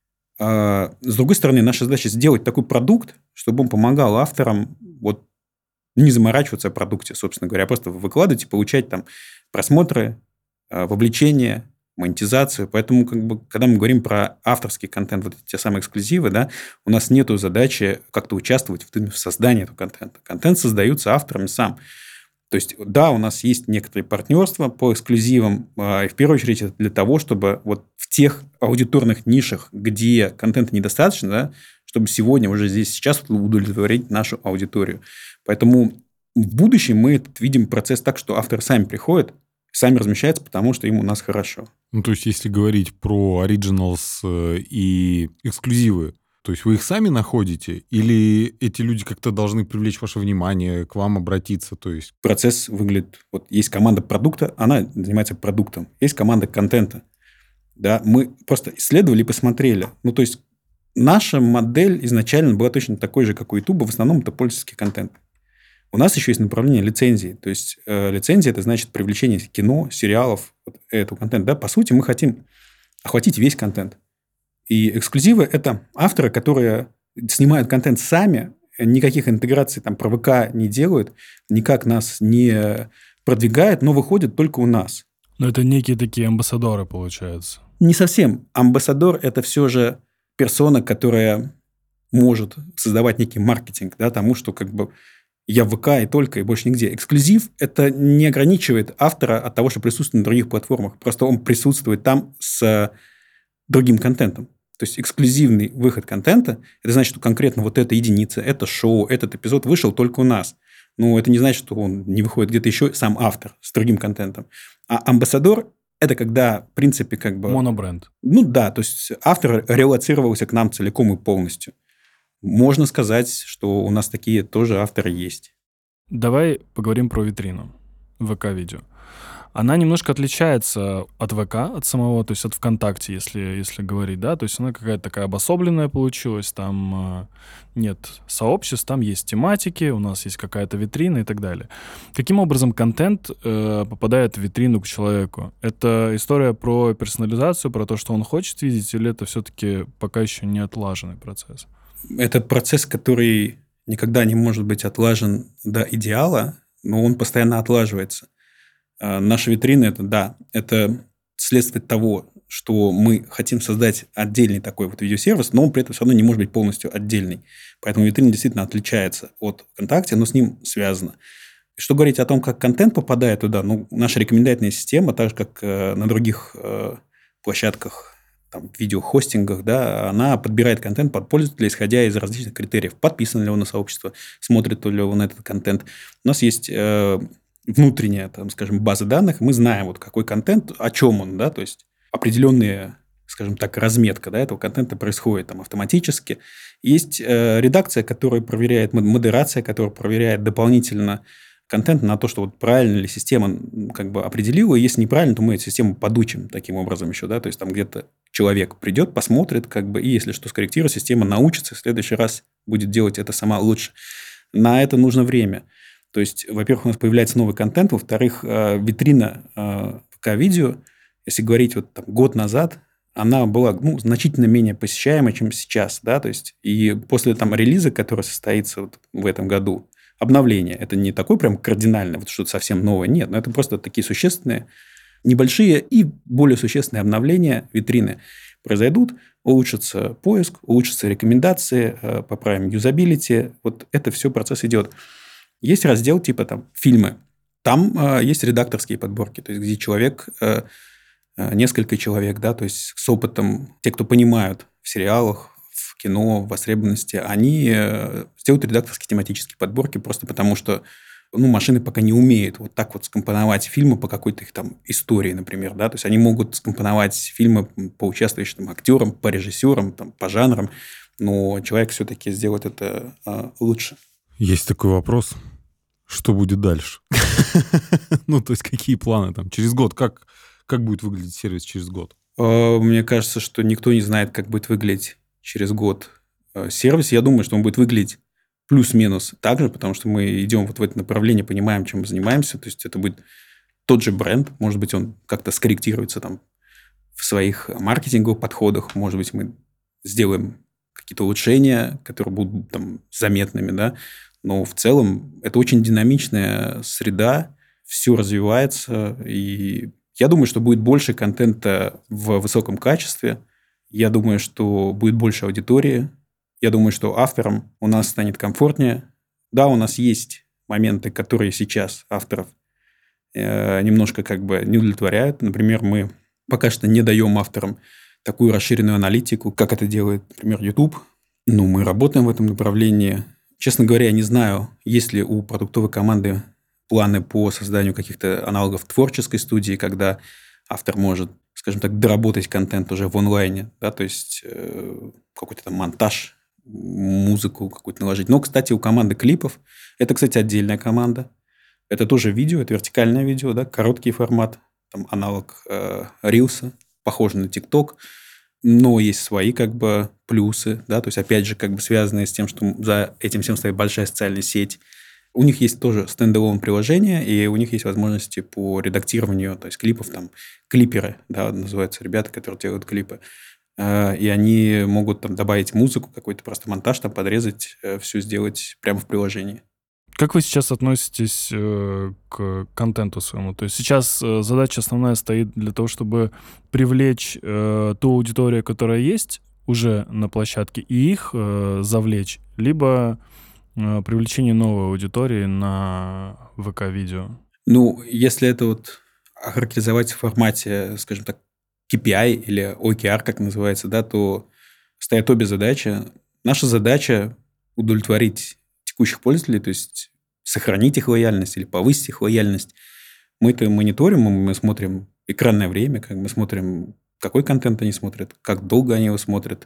а с другой стороны, наша задача сделать такой продукт, чтобы он помогал авторам вот не заморачиваться о продукте, собственно говоря, а просто выкладывать и получать там просмотры, вовлечение, монетизацию. Поэтому, как бы, когда мы говорим про авторский контент, вот те самые эксклюзивы, да, у нас нет задачи как-то участвовать в, в создании этого контента. Контент создается авторами сам. То есть, да, у нас есть некоторые партнерства по эксклюзивам, и в первую очередь это для того, чтобы вот в тех аудиторных нишах, где контента недостаточно, да, чтобы сегодня, уже здесь, сейчас удовлетворить нашу аудиторию. Поэтому в будущем мы этот видим процесс так, что авторы сами приходят, сами размещаются, потому что им у нас хорошо. Ну, то есть, если говорить про Originals и эксклюзивы, то есть, вы их сами находите? Или эти люди как-то должны привлечь ваше внимание, к вам обратиться? То есть... Процесс выглядит... Вот есть команда продукта, она занимается продуктом. Есть команда контента. Да, мы просто исследовали и посмотрели. Ну, то есть, наша модель изначально была точно такой же, как у YouTube. В основном это пользовательский контент. У нас еще есть направление лицензии. То есть, э, лицензия – это значит привлечение кино, сериалов, вот этого контента. Да? По сути, мы хотим охватить весь контент. И эксклюзивы – это авторы, которые снимают контент сами, никаких интеграций там про ВК не делают, никак нас не продвигают, но выходят только у нас. Но это некие такие амбассадоры, получается. Не совсем. Амбассадор – это все же персона, которая может создавать некий маркетинг, да, тому, что как бы я в ВК и только, и больше нигде. Эксклюзив – это не ограничивает автора от того, что присутствует на других платформах. Просто он присутствует там с другим контентом. То есть, эксклюзивный выход контента – это значит, что конкретно вот эта единица, это шоу, этот эпизод вышел только у нас. Но это не значит, что он не выходит где-то еще сам автор с другим контентом. А амбассадор – это когда, в принципе, как бы… Монобренд. Ну да, то есть, автор релоцировался к нам целиком и полностью. Можно сказать, что у нас такие тоже авторы есть. Давай поговорим про витрину ВК-видео. Она немножко отличается от ВК, от самого, то есть от ВКонтакте, если, если говорить, да, то есть она какая-то такая обособленная получилась, там э, нет сообществ, там есть тематики, у нас есть какая-то витрина и так далее. Каким образом контент э, попадает в витрину к человеку? Это история про персонализацию, про то, что он хочет видеть, или это все-таки пока еще не отлаженный процесс? Это процесс, который никогда не может быть отлажен до идеала, но он постоянно отлаживается. Наша витрина – это, да, это следствие того, что мы хотим создать отдельный такой вот видеосервис, но он при этом все равно не может быть полностью отдельный. Поэтому витрина действительно отличается от ВКонтакте, но с ним связана. Что говорить о том, как контент попадает туда? Ну, наша рекомендательная система, так же, как на других площадках, там, видеохостингах, да, она подбирает контент под пользователя, исходя из различных критериев. Подписан ли он на сообщество, смотрит ли он на этот контент. У нас есть э, внутренняя, там, скажем, база данных. Мы знаем, вот, какой контент, о чем он, да, то есть определенные, скажем так, разметка, да, этого контента происходит там автоматически. Есть э, редакция, которая проверяет, модерация, которая проверяет дополнительно контент на то, что вот правильно ли система как бы определила, и если неправильно, то мы эту систему подучим таким образом еще, да, то есть там где-то человек придет, посмотрит, как бы, и если что, скорректирует, система научится, в следующий раз будет делать это сама лучше. На это нужно время. То есть, во-первых, у нас появляется новый контент, во-вторых, витрина ВК-видео, если говорить вот там, год назад, она была ну, значительно менее посещаема, чем сейчас, да, то есть и после там релиза, который состоится вот в этом году, обновление, это не такое прям кардинальное, вот что-то совсем новое, нет, но это просто такие существенные, небольшие и более существенные обновления витрины произойдут, улучшится поиск, улучшатся рекомендации, поправим юзабилити, вот это все процесс идет. Есть раздел типа там фильмы, там э, есть редакторские подборки, то есть где человек, э, несколько человек, да, то есть с опытом, те, кто понимают в сериалах, в кино, в востребованности, они э, сделают редакторские тематические подборки просто потому, что ну, машины пока не умеют вот так вот скомпоновать фильмы по какой-то их там истории, например, да, то есть они могут скомпоновать фильмы по участвующим там, актерам, по режиссерам, там, по жанрам, но человек все-таки сделает это э, лучше. Есть такой вопрос. Что будет дальше? Ну, то есть, какие планы там? Через год? Как, как будет выглядеть сервис через год? Мне кажется, что никто не знает, как будет выглядеть через год сервис. Я думаю, что он будет выглядеть плюс-минус так же, потому что мы идем вот в это направление, понимаем, чем мы занимаемся. То есть, это будет тот же бренд. Может быть, он как-то скорректируется там в своих маркетинговых подходах. Может быть, мы сделаем какие-то улучшения, которые будут там заметными, да. Но в целом это очень динамичная среда, все развивается, и я думаю, что будет больше контента в высоком качестве, я думаю, что будет больше аудитории, я думаю, что авторам у нас станет комфортнее. Да, у нас есть моменты, которые сейчас авторов э, немножко как бы не удовлетворяют. Например, мы пока что не даем авторам такую расширенную аналитику, как это делает, например, YouTube. Ну, мы работаем в этом направлении. Честно говоря, я не знаю, есть ли у продуктовой команды планы по созданию каких-то аналогов творческой студии, когда автор может, скажем так, доработать контент уже в онлайне, да, то есть э, какой-то там монтаж, музыку какую-то наложить. Но, кстати, у команды клипов, это, кстати, отдельная команда, это тоже видео, это вертикальное видео, да, короткий формат, там аналог э, рилса, похожий на TikTok, но есть свои как бы плюсы, да, то есть опять же как бы связанные с тем, что за этим всем стоит большая социальная сеть. У них есть тоже стендалон приложение, и у них есть возможности по редактированию, то есть клипов, там клиперы, да, называются ребята, которые делают клипы, и они могут там добавить музыку, какой-то просто монтаж, там подрезать, все сделать прямо в приложении. Как вы сейчас относитесь э, к контенту своему? То есть сейчас э, задача основная стоит для того, чтобы привлечь э, ту аудиторию, которая есть уже на площадке, и их э, завлечь, либо э, привлечение новой аудитории на ВК-видео? Ну, если это вот охарактеризовать в формате, скажем так, кей пи ай или о кей ар, как называется, да, то стоят обе задачи. Наша задача удовлетворить текущих пользователей, то есть сохранить их лояльность или повысить их лояльность. Мы это мониторим, мы смотрим экранное время, как мы смотрим, какой контент они смотрят, как долго они его смотрят.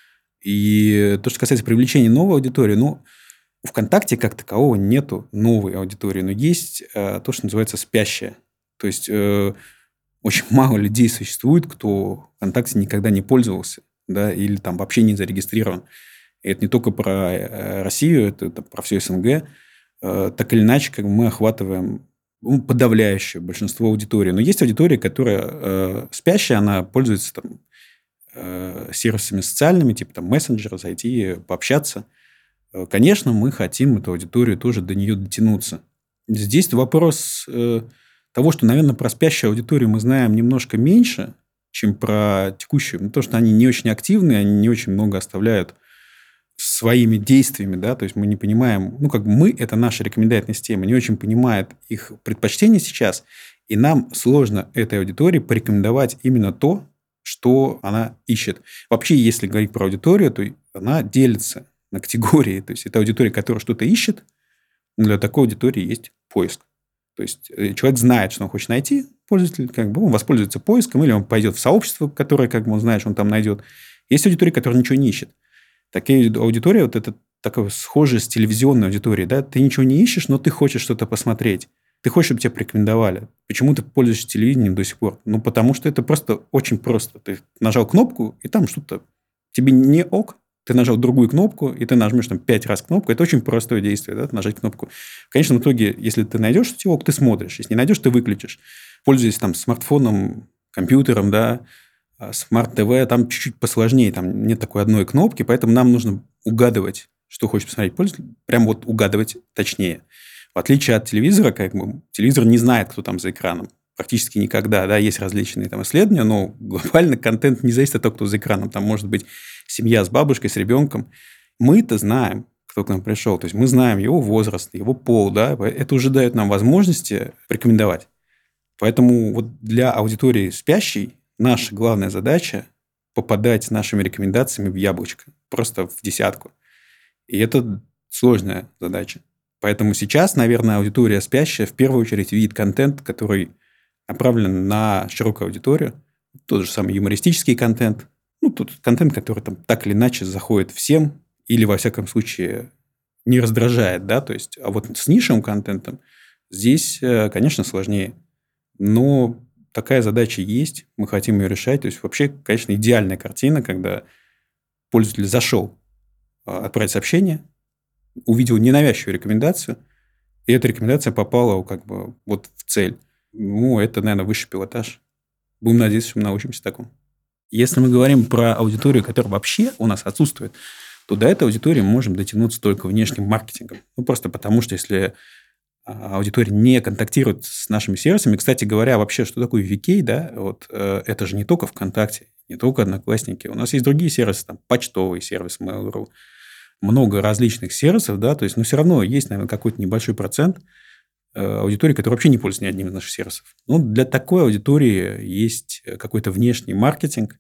И то, что касается привлечения новой аудитории, ну, у ВКонтакте как такового нету новой аудитории, но есть э, то, что называется спящая. То есть э, очень мало людей существует, кто ВКонтакте никогда не пользовался, да, или там вообще не зарегистрирован. И это не только про Россию, это, это про все СНГ. Так или иначе, как мы охватываем ну, подавляющее большинство аудитории. Но есть аудитория, которая э, спящая, она пользуется там, э, сервисами социальными, типа там, мессенджера, зайти, пообщаться. Конечно, мы хотим эту аудиторию тоже до нее дотянуться. Здесь вопрос э, того, что, наверное, про спящую аудиторию мы знаем немножко меньше, чем про текущую. Потому что они не очень активны, они не очень много оставляют своими действиями, да, то есть мы не понимаем, ну, как бы мы, это наша рекомендательная система, не очень понимает их предпочтения сейчас, и нам сложно этой аудитории порекомендовать именно то, что она ищет. Вообще, если говорить про аудиторию, то она делится на категории, то есть это аудитория, которая что-то ищет, но для такой аудитории есть поиск. То есть человек знает, что он хочет найти, пользователь, как бы он воспользуется поиском, или он пойдет в сообщество, которое, как бы он знает, что он там найдет. Есть аудитория, которая ничего не ищет. Такая аудитория, вот это такое схожее с телевизионной аудиторией, да, ты ничего не ищешь, но ты хочешь что-то посмотреть. Ты хочешь, чтобы тебя порекомендовали. Почему ты пользуешься телевидением до сих пор? Ну, потому что это просто очень просто. Ты нажал кнопку, и там что-то тебе не ок. Ты нажал другую кнопку, и ты нажмешь там пять раз кнопку. Это очень простое действие, да, нажать кнопку. В конечном итоге, если ты найдешь, что тебе ок, ты смотришь. Если не найдешь, ты выключишь. Пользуясь там смартфоном, компьютером, да, Smart ти ви там чуть-чуть посложнее, там нет такой одной кнопки, поэтому нам нужно угадывать, что хочет посмотреть пользователь, прям вот угадывать точнее. В отличие от телевизора, как бы, телевизор не знает, кто там за экраном. Практически никогда, да, есть различные там исследования, но глобально контент не зависит от того, кто за экраном. Там может быть семья с бабушкой, с ребенком. Мы-то знаем, кто к нам пришел. То есть мы знаем его возраст, его пол, да. Это уже дает нам возможности рекомендовать. Поэтому вот для аудитории спящей наша главная задача попадать с нашими рекомендациями в яблочко, просто в десятку. И это сложная задача. Поэтому сейчас, наверное, аудитория спящая в первую очередь видит контент, который направлен на широкую аудиторию. Тот же самый юмористический контент. Ну, тот контент, который там так или иначе заходит всем или, во всяком случае, не раздражает, да, то есть, а вот с нишевым контентом здесь, конечно, сложнее. Но такая задача есть, мы хотим ее решать. То есть, вообще, конечно, идеальная картина, когда пользователь зашел отправить сообщение, увидел ненавязчивую рекомендацию, и эта рекомендация попала как бы вот в цель. Ну, это, наверное, высший пилотаж. Будем надеяться, что мы научимся такому. Если мы говорим про аудиторию, которая вообще у нас отсутствует, то до этой аудитории мы можем дотянуться только внешним маркетингом. Ну, просто потому, что если аудитория не контактирует с нашими сервисами, кстати говоря, вообще, что такое ви кей, да, вот э, это же не только ВКонтакте, не только Одноклассники. У нас есть другие сервисы, там, почтовый сервис Mail.ru, много различных сервисов, да, то есть, но все равно есть, наверное, какой-то небольшой процент аудитории, которая вообще не пользуется ни одним из наших сервисов. Ну, для такой аудитории есть какой-то внешний маркетинг.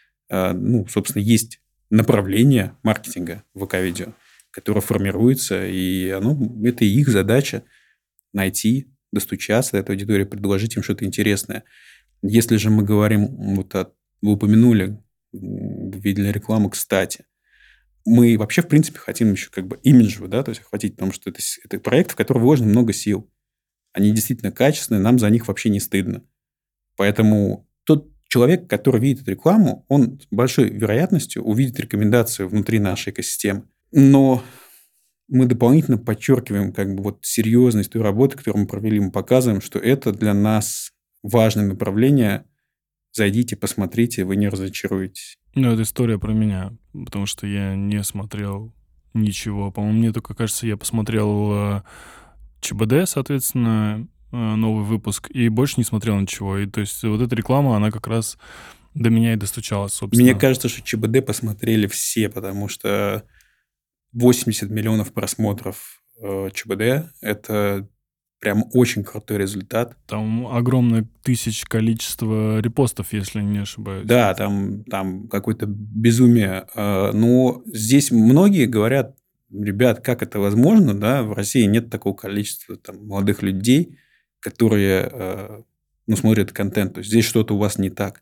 Ну, собственно, есть направление маркетинга в ВК-видео, которое формируется, и оно, это их задача найти, достучаться до этой аудитории, предложить им что-то интересное. Если же мы говорим, вот от, вы упомянули, видели рекламу, кстати, мы вообще, в принципе, хотим еще как бы имиджево, да, то есть охватить, потому что это, это проект, в который вложено много сил. Они действительно качественные, нам за них вообще не стыдно. Поэтому тот человек, который видит эту рекламу, он с большой вероятностью увидит рекомендацию внутри нашей экосистемы. Но мы дополнительно подчеркиваем как бы вот серьезность той работы, которую мы провели, мы показываем, что это для нас важное направление. Зайдите, посмотрите, вы не разочаруетесь. Ну, это история про меня, потому что я не смотрел ничего. По-моему, мне только кажется, я посмотрел ЧБД, соответственно, новый выпуск, и больше не смотрел ничего. И то есть вот эта реклама, она как раз до меня и достучалась, собственно. Мне кажется, что ЧБД посмотрели все, потому что восемьдесят миллионов просмотров ЧБД – это прям очень крутой результат. Там огромное тысяч количество репостов, если не ошибаюсь. Да, там, там какое-то безумие. Но здесь многие говорят, ребят, как это возможно, да, в России нет такого количества там, молодых людей, которые ну, смотрят контент. То есть здесь что-то у вас не так.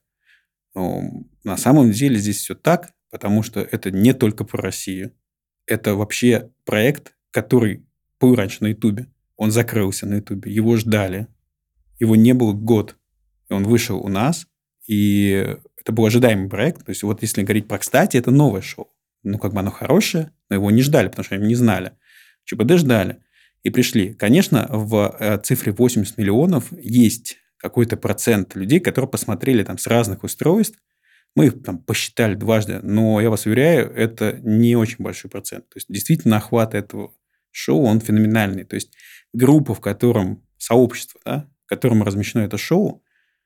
Но на самом деле здесь все так, потому что это не только про Россию. Это вообще проект, который был раньше на Ютубе. Он закрылся на Ютубе. Его ждали. Его не было год. И он вышел у нас. И это был ожидаемый проект. То есть вот если говорить про «Кстати», это новое шоу. Ну, как бы оно хорошее, но его не ждали, потому что они не знали. ЧБД ждали и пришли. Конечно, в цифре восемьдесят миллионов есть какой-то процент людей, которые посмотрели там с разных устройств. Мы их там посчитали дважды, но я вас уверяю, это не очень большой процент. То есть, действительно, охват этого шоу, он феноменальный. То есть, группа, в котором, сообщество, да, в котором размещено это шоу,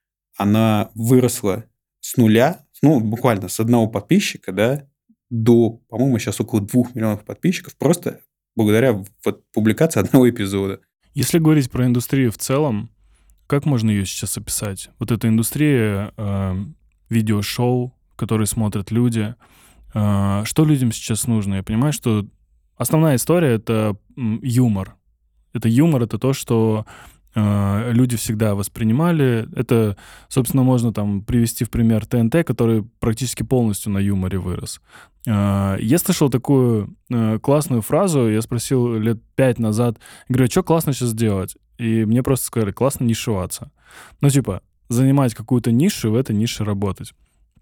она выросла с нуля, ну, буквально с одного подписчика, да, до, по-моему, сейчас около двух миллионов подписчиков, просто благодаря вот публикации одного эпизода. Если говорить про индустрию в целом, как можно ее сейчас описать? Вот эта индустрия э, видеошоу, которые смотрят люди, э, что людям сейчас нужно? Я понимаю, что основная история — это юмор. Это юмор, это то, что э, люди всегда воспринимали. Это, собственно, можно там привести в пример ТНТ, который практически полностью на юморе вырос. Э, я слышал такую э, классную фразу, я спросил лет пять назад, говорю, а что классно сейчас делать? И мне просто сказали, классно нишеваться. Ну, типа, занимать какую-то нишу и в этой нише работать.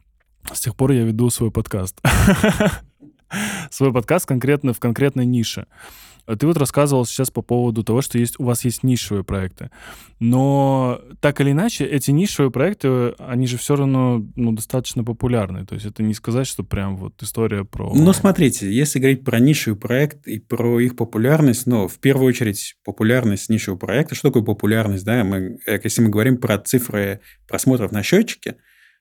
С тех пор я веду свой подкаст. Свой подкаст конкретно в конкретной нише. Ты вот рассказывал сейчас по поводу того, что есть, у вас есть нишевые проекты. Но так или иначе, эти нишевые проекты, они же все равно ну, достаточно популярны. То есть это не сказать, что прям вот история про... Ну, смотрите, если говорить про нишевый проект и про их популярность, ну, в первую очередь, популярность нишевого проекта. Что такое популярность? Да? Мы, если мы говорим про цифры просмотров на счетчике,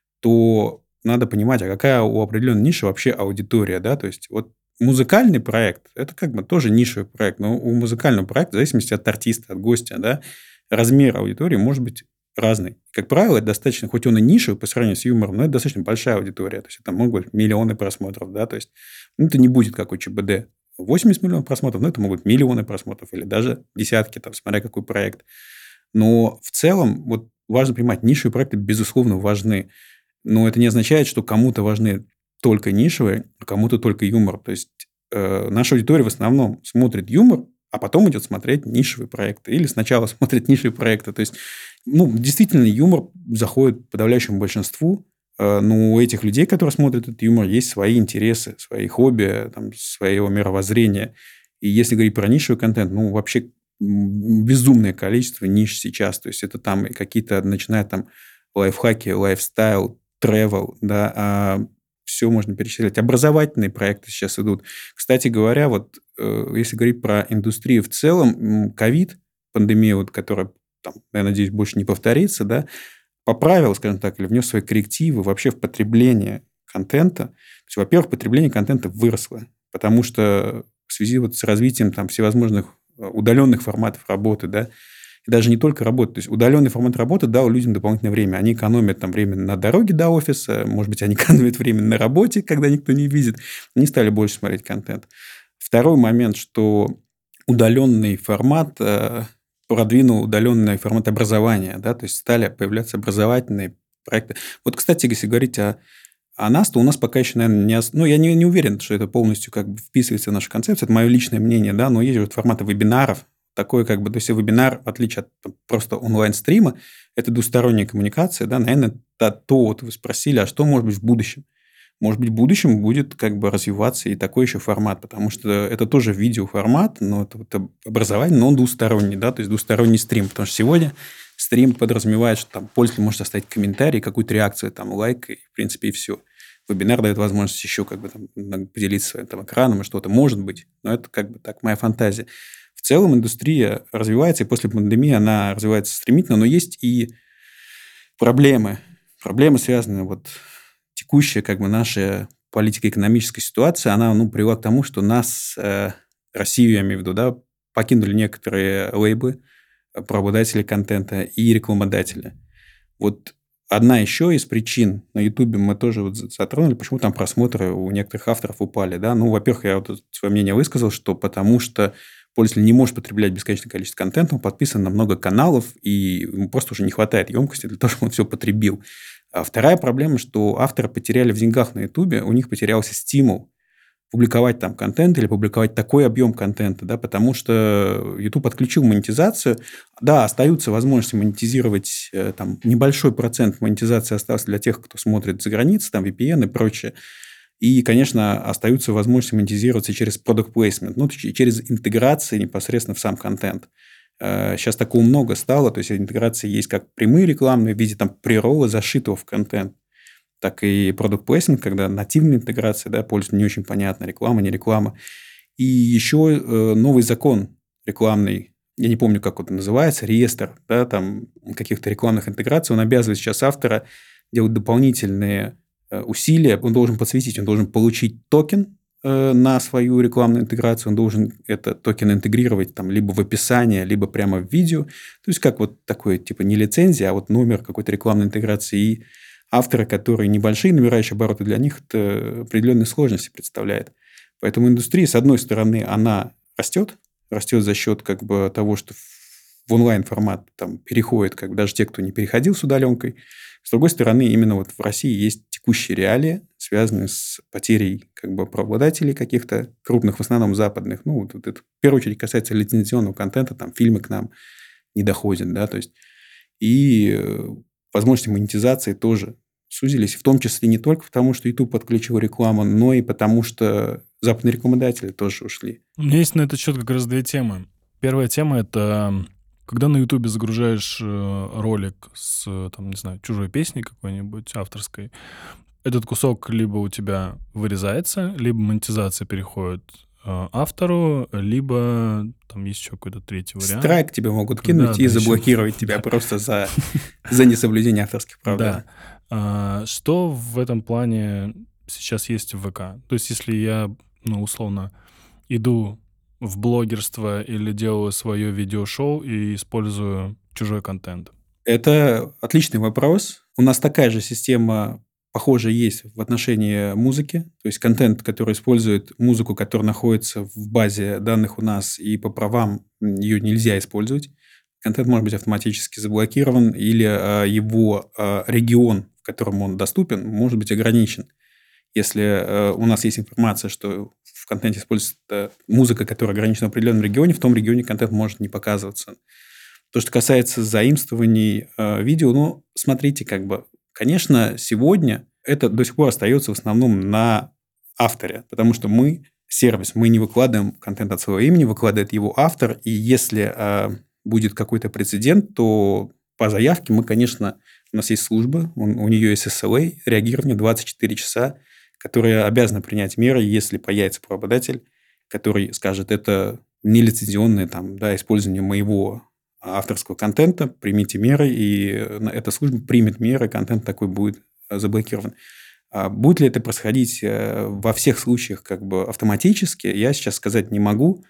то надо понимать, а какая у определенной ниши вообще аудитория. Да? То есть вот музыкальный проект – это как бы тоже нишевый проект, но у музыкального проекта, в зависимости от артиста, от гостя, да, размер аудитории может быть разный. Как правило, это достаточно, хоть он и нишевый по сравнению с юмором, но это достаточно большая аудитория. То есть, это могут быть миллионы просмотров. Да? То есть, ну, это не будет как у ЧБД. восемьдесят миллионов просмотров, но это могут быть миллионы просмотров или даже десятки, там, смотря какой проект. Но в целом вот важно понимать, нишевые проекты, безусловно, важны. Но это не означает, что кому-то важны только нишевые, а кому-то только юмор. То есть, э, наша аудитория в основном смотрит юмор, а потом идет смотреть нишевые проекты. Или сначала смотрит нишевые проекты. То есть, ну, действительно, юмор заходит подавляющему большинству. Э, но у этих людей, которые смотрят этот юмор, есть свои интересы, свои хобби, там, своего мировоззрения. И если говорить про нишевый контент, ну, вообще безумное количество ниш сейчас. То есть, это там какие-то, начиная там лайфхаки, лайфстайл, travel, да, а все можно перечислять. Образовательные проекты сейчас идут. Кстати говоря, вот э, если говорить про индустрию в целом, ковид, пандемия, вот, которая, там, я надеюсь, больше не повторится, да, поправила, скажем так, или внес свои коррективы вообще в потребление контента. То есть, во-первых, потребление контента выросло, потому что в связи вот с развитием там, всевозможных удаленных форматов работы, да, и даже не только работы. То есть, удаленный формат работы дал людям дополнительное время. Они экономят там время на дороге до офиса, может быть, они экономят время на работе, когда никто не видит. Они стали больше смотреть контент. Второй момент, что удаленный формат э, продвинул удаленный формат образования. Да? То есть, стали появляться образовательные проекты. Вот, кстати, если говорить о, о нас, то у нас пока еще, наверное, не... Ну, я не, не уверен, что это полностью как бы вписывается в нашу концепцию. Это мое личное мнение, да, но есть вот форматы вебинаров, такой как бы, то есть вебинар, в отличие от там, просто онлайн-стрима, это двусторонняя коммуникация, да, наверное, то, то вот вы спросили, а что может быть в будущем? Может быть, в будущем будет как бы развиваться и такой еще формат, потому что это тоже видеоформат, но это, это образование, но он двусторонний, да, то есть двусторонний стрим, потому что сегодня стрим подразумевает, что там пользователь может оставить комментарий, какую-то реакцию, там, лайк, и, в принципе, и все. Вебинар дает возможность еще как бы там, поделиться своим там, экраном и что-то может быть, но это как бы так моя фантазия. В целом индустрия развивается, и после пандемии она развивается стремительно, но есть и проблемы. Проблемы связаны вот текущая как бы наша политико-экономическая ситуация, она ну, привела к тому, что нас, э, Россию, я имею в виду, да, покинули некоторые лейблы, правообладатели контента и рекламодатели. Вот одна еще из причин на Ютубе мы тоже вот затронули, почему там просмотры у некоторых авторов упали. Да? Ну, во-первых, я вот свое мнение высказал, что потому что пользователь не может потреблять бесконечное количество контента, он подписан на много каналов, и ему просто уже не хватает емкости для того, чтобы он все потребил. А вторая проблема, что авторы потеряли в деньгах на Ютубе, у них потерялся стимул публиковать там контент или публиковать такой объем контента, да, потому что YouTube отключил монетизацию. Да, остаются возможности монетизировать, там, небольшой процент монетизации остался для тех, кто смотрит за границей, там, ви пи эн и прочее. И, конечно, остаются возможности монетизироваться через product placement, ну, через интеграции непосредственно в сам контент. Сейчас такого много стало, то есть интеграции есть как прямые рекламные в виде там преролла, зашитого в контент, так и product placement, когда нативная интеграция, да, пользователю не очень понятно, реклама, не реклама. И еще э, новый закон рекламный, я не помню, как это называется, реестр, да, там каких-то рекламных интеграций, он обязывает сейчас автора делать дополнительные э, усилия, он должен подсветить, он должен получить токен э, на свою рекламную интеграцию, он должен этот токен интегрировать там либо в описание, либо прямо в видео. То есть, как вот такой, типа, не лицензия, а вот номер какой-то рекламной интеграции. И авторы, которые небольшие, набирающие обороты, для них это определенные сложности представляет. Поэтому индустрия, с одной стороны, она растет, растет за счет как бы того, что в онлайн-формат там переходит, как бы даже те, кто не переходил с удаленкой. С другой стороны, именно вот в России есть текущие реалии, связанные с потерей как бы правообладателей каких-то крупных, в основном западных. Ну, вот, вот это в первую очередь касается лицензионного контента, там фильмы к нам не доходят, да, то есть и возможности монетизации тоже сузились, в том числе не только потому, что YouTube подключил рекламу, но и потому, что западные рекламодатели тоже ушли. У меня есть на этот счет как раз две темы. Первая тема — это когда на YouTube загружаешь ролик с, там, не знаю, чужой песней какой-нибудь авторской, этот кусок либо у тебя вырезается, либо монетизация переходит автору, либо там есть еще какой-то третий вариант. Страйк тебе могут кинуть да, и да, заблокировать еще... тебя да. просто за, за несоблюдение авторских прав. Да. А, что в этом плане сейчас есть в ВК? То есть если я, ну, условно, иду в блогерство или делаю свое видеошоу и использую чужой контент? Это отличный вопрос. У нас такая же система... Похоже, есть в отношении музыки, то есть контент, который использует музыку, которая находится в базе данных у нас, и по правам ее нельзя использовать. Контент может быть автоматически заблокирован, или а, его а, регион, в котором он доступен, может быть ограничен. Если а, у нас есть информация, что в контенте используется музыка, которая ограничена в определенном регионе, в том регионе контент может не показываться. То, что касается заимствований а, видео, ну, смотрите, как бы, конечно, сегодня это до сих пор остается в основном на авторе, потому что мы сервис, мы не выкладываем контент от своего имени, выкладывает его автор, и если э, будет какой-то прецедент, то по заявке мы, конечно, у нас есть служба, он, у нее есть эс эл эй, реагирование двадцать четыре часа, которая обязана принять меры, если появится правообладатель, который скажет, это нелицензионное там, да, использование моего авторского контента, примите меры, и эта служба примет меры, контент такой будет заблокирован. Будет ли это происходить во всех случаях как бы автоматически, я сейчас сказать не могу.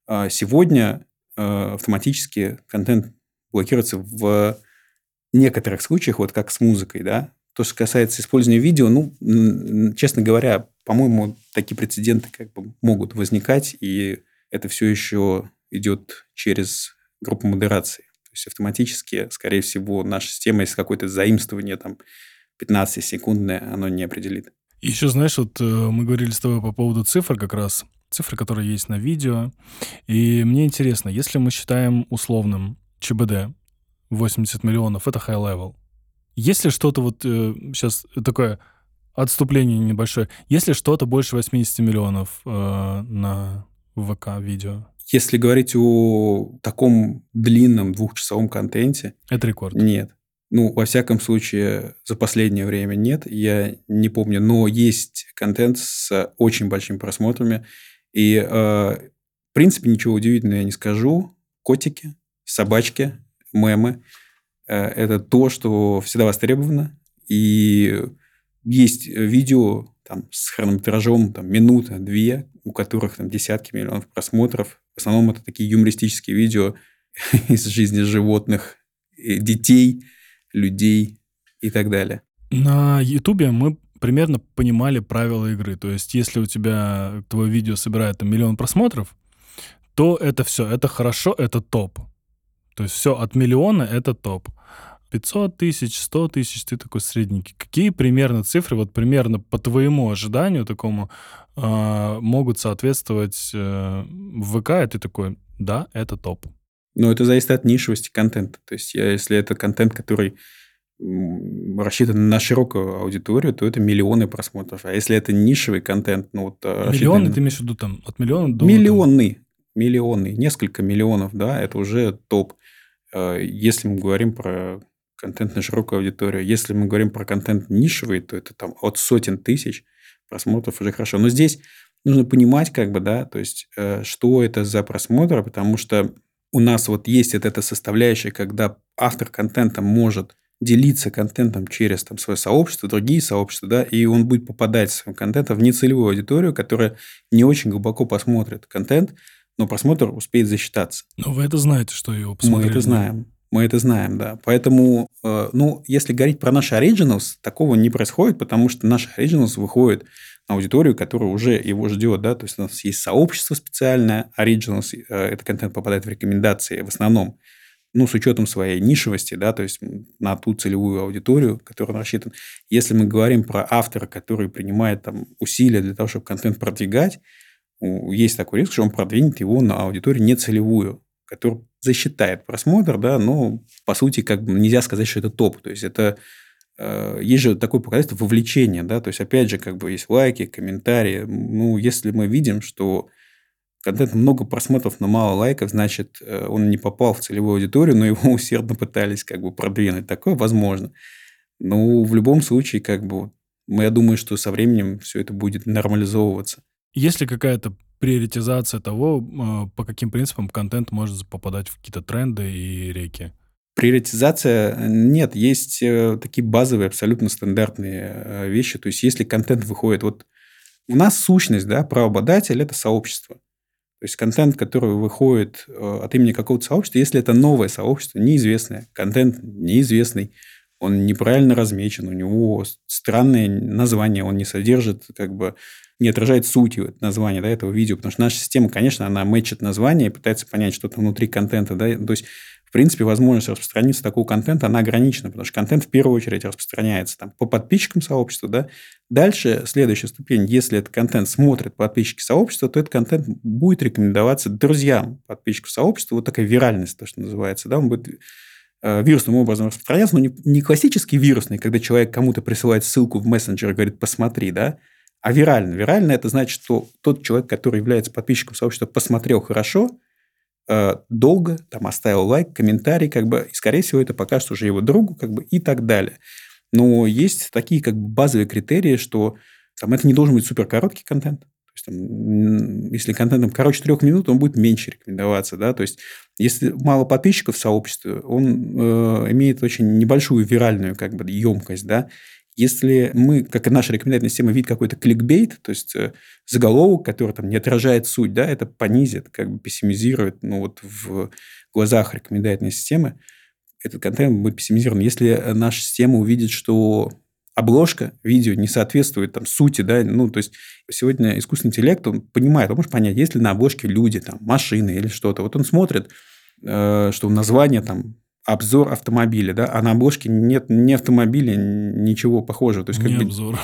Сегодня автоматически контент блокируется в некоторых случаях, вот как с музыкой, да. То, что касается использования видео, ну, честно говоря, по-моему, такие прецеденты как бы могут возникать, и это все еще идет через группу модерации. То есть автоматически, скорее всего, наша система, если какое-то заимствование там пятнадцатисекундное, оно не определит. Еще, знаешь, вот мы говорили с тобой по поводу цифр как раз, цифры, которые есть на видео, и мне интересно, если мы считаем условным ЧБД восемьдесят миллионов, это high level. Есть ли что-то вот э, сейчас такое отступление небольшое, есть ли что-то больше восемьдесят миллионов э, на ВК видео? Если говорить о таком длинном двухчасовом контенте... Это рекорд. Нет. Ну, во всяком случае, за последнее время нет. Я не помню. Но есть контент с очень большими просмотрами. И, э, в принципе, ничего удивительного я не скажу. Котики, собачки, мемы э, – это то, что всегда востребовано. И есть видео там, с хронометражом там, минута-две, у которых там, десятки миллионов просмотров. В основном это такие юмористические видео из жизни животных, детей, людей и так далее. На Ютубе мы примерно понимали правила игры. То есть, если у тебя твое видео собирает там, миллион просмотров, то это все, это хорошо, это топ. То есть, все от миллиона это топ. пятьсот тысяч, сто тысяч, ты такой средненький. Какие примерно цифры, вот примерно по твоему ожиданию такому, э, могут соответствовать э, в ВК, и ты такой, да, это топ? Но это зависит от нишевости контента. То есть, если это контент, который рассчитан на широкую аудиторию, то это миллионы просмотров. А если это нишевый контент... ну вот Миллионы, рассчитан... ты имеешь в виду там от миллиона до... Миллионный. Там... Миллионный. Несколько миллионов, да, это уже топ. Если мы говорим про контент на широкую аудиторию. Если мы говорим про контент нишевый, то это там от сотен тысяч просмотров уже хорошо. Но здесь нужно понимать, как бы, да, то есть, что это за просмотр, потому что у нас вот есть вот эта составляющая, когда автор контента может делиться контентом через там, свое сообщество, другие сообщества, да, и он будет попадать своим контентом в нецелевую аудиторию, которая не очень глубоко посмотрит контент, но просмотр успеет засчитаться. Но вы это знаете, что его посмотрели. Мы это знаем. Мы это знаем, да. Поэтому, э, ну, если говорить про наши Originals, такого не происходит, потому что наши Originals выходят на аудиторию, которая уже его ждет, да. То есть, у нас есть сообщество специальное, Originals, э, этот контент попадает в рекомендации в основном, ну, с учетом своей нишевости, да, то есть, на ту целевую аудиторию, которая рассчитана. Если мы говорим про автора, который принимает там усилия для того, чтобы контент продвигать, есть такой риск, что он продвинет его на аудиторию нецелевую, которая засчитает просмотр, да, но, по сути, как бы нельзя сказать, что это топ. То есть, это э, есть же такое показатель вовлечения, да, то есть, опять же, как бы есть лайки, комментарии. Ну, если мы видим, что контент много просмотров, но мало лайков, значит, э, он не попал в целевую аудиторию, но его усердно пытались как бы продвинуть. Такое возможно. Ну, в любом случае, как бы, ну, я думаю, что со временем все это будет нормализовываться. Есть ли какая-то приоритизация того, э, по каким принципам контент может попадать в какие-то тренды и реки? Приоритизация нет, есть э, такие базовые, абсолютно стандартные э, вещи. То есть, если контент выходит... Вот у нас сущность, да, правообладатель– это сообщество. То есть, контент, который выходит э, от имени какого-то сообщества, если это новое сообщество, неизвестное, контент неизвестный, он неправильно размечен, у него странное название, он не содержит, как бы, не отражает суть названия, да, этого видео. Потому что наша система, конечно, она мэчит название и пытается понять, что там внутри контента. Да? То есть, в принципе, возможность распространиться такого контента, она ограничена, потому что контент в первую очередь распространяется там, по подписчикам сообщества. Да? Дальше, следующая ступень, если этот контент смотрят подписчики сообщества, то этот контент будет рекомендоваться друзьям подписчиков сообщества. Вот такая виральность, то, что называется. Да? Он будет вирусным образом распространяться, но не, не классический вирусный, когда человек кому-то присылает ссылку в мессенджер и говорит «посмотри», да, а вирально. Вирально – это значит, что тот человек, который является подписчиком сообщества, посмотрел хорошо, э, долго, там, оставил лайк, комментарий, как бы, и, скорее всего, это покажет уже его другу, как бы, и так далее. Но есть такие как бы базовые критерии, что там, это не должен быть суперкороткий контент. То есть, там, если контент там, короче трех минут, он будет меньше рекомендоваться. Да? То есть, если мало подписчиков в сообществе, он э, имеет очень небольшую виральную как бы, емкость. Да? Если мы, как и наша рекомендательная система, видит какой-то кликбейт, то есть э, заголовок, который там, не отражает суть, да, это понизит, как бы пессимизирует ну, вот, в глазах рекомендательной системы, этот контент будет пессимизирован. Если наша система увидит, что обложка видео не соответствует там, сути, да, ну, то есть, сегодня искусственный интеллект, он понимает, он может понять, есть ли на обложке люди, там, машины или что-то. Вот он смотрит, э, что название там обзор автомобиля, да, а на обложке нет ни автомобиля, ничего похожего. То есть, как не бы, обзор.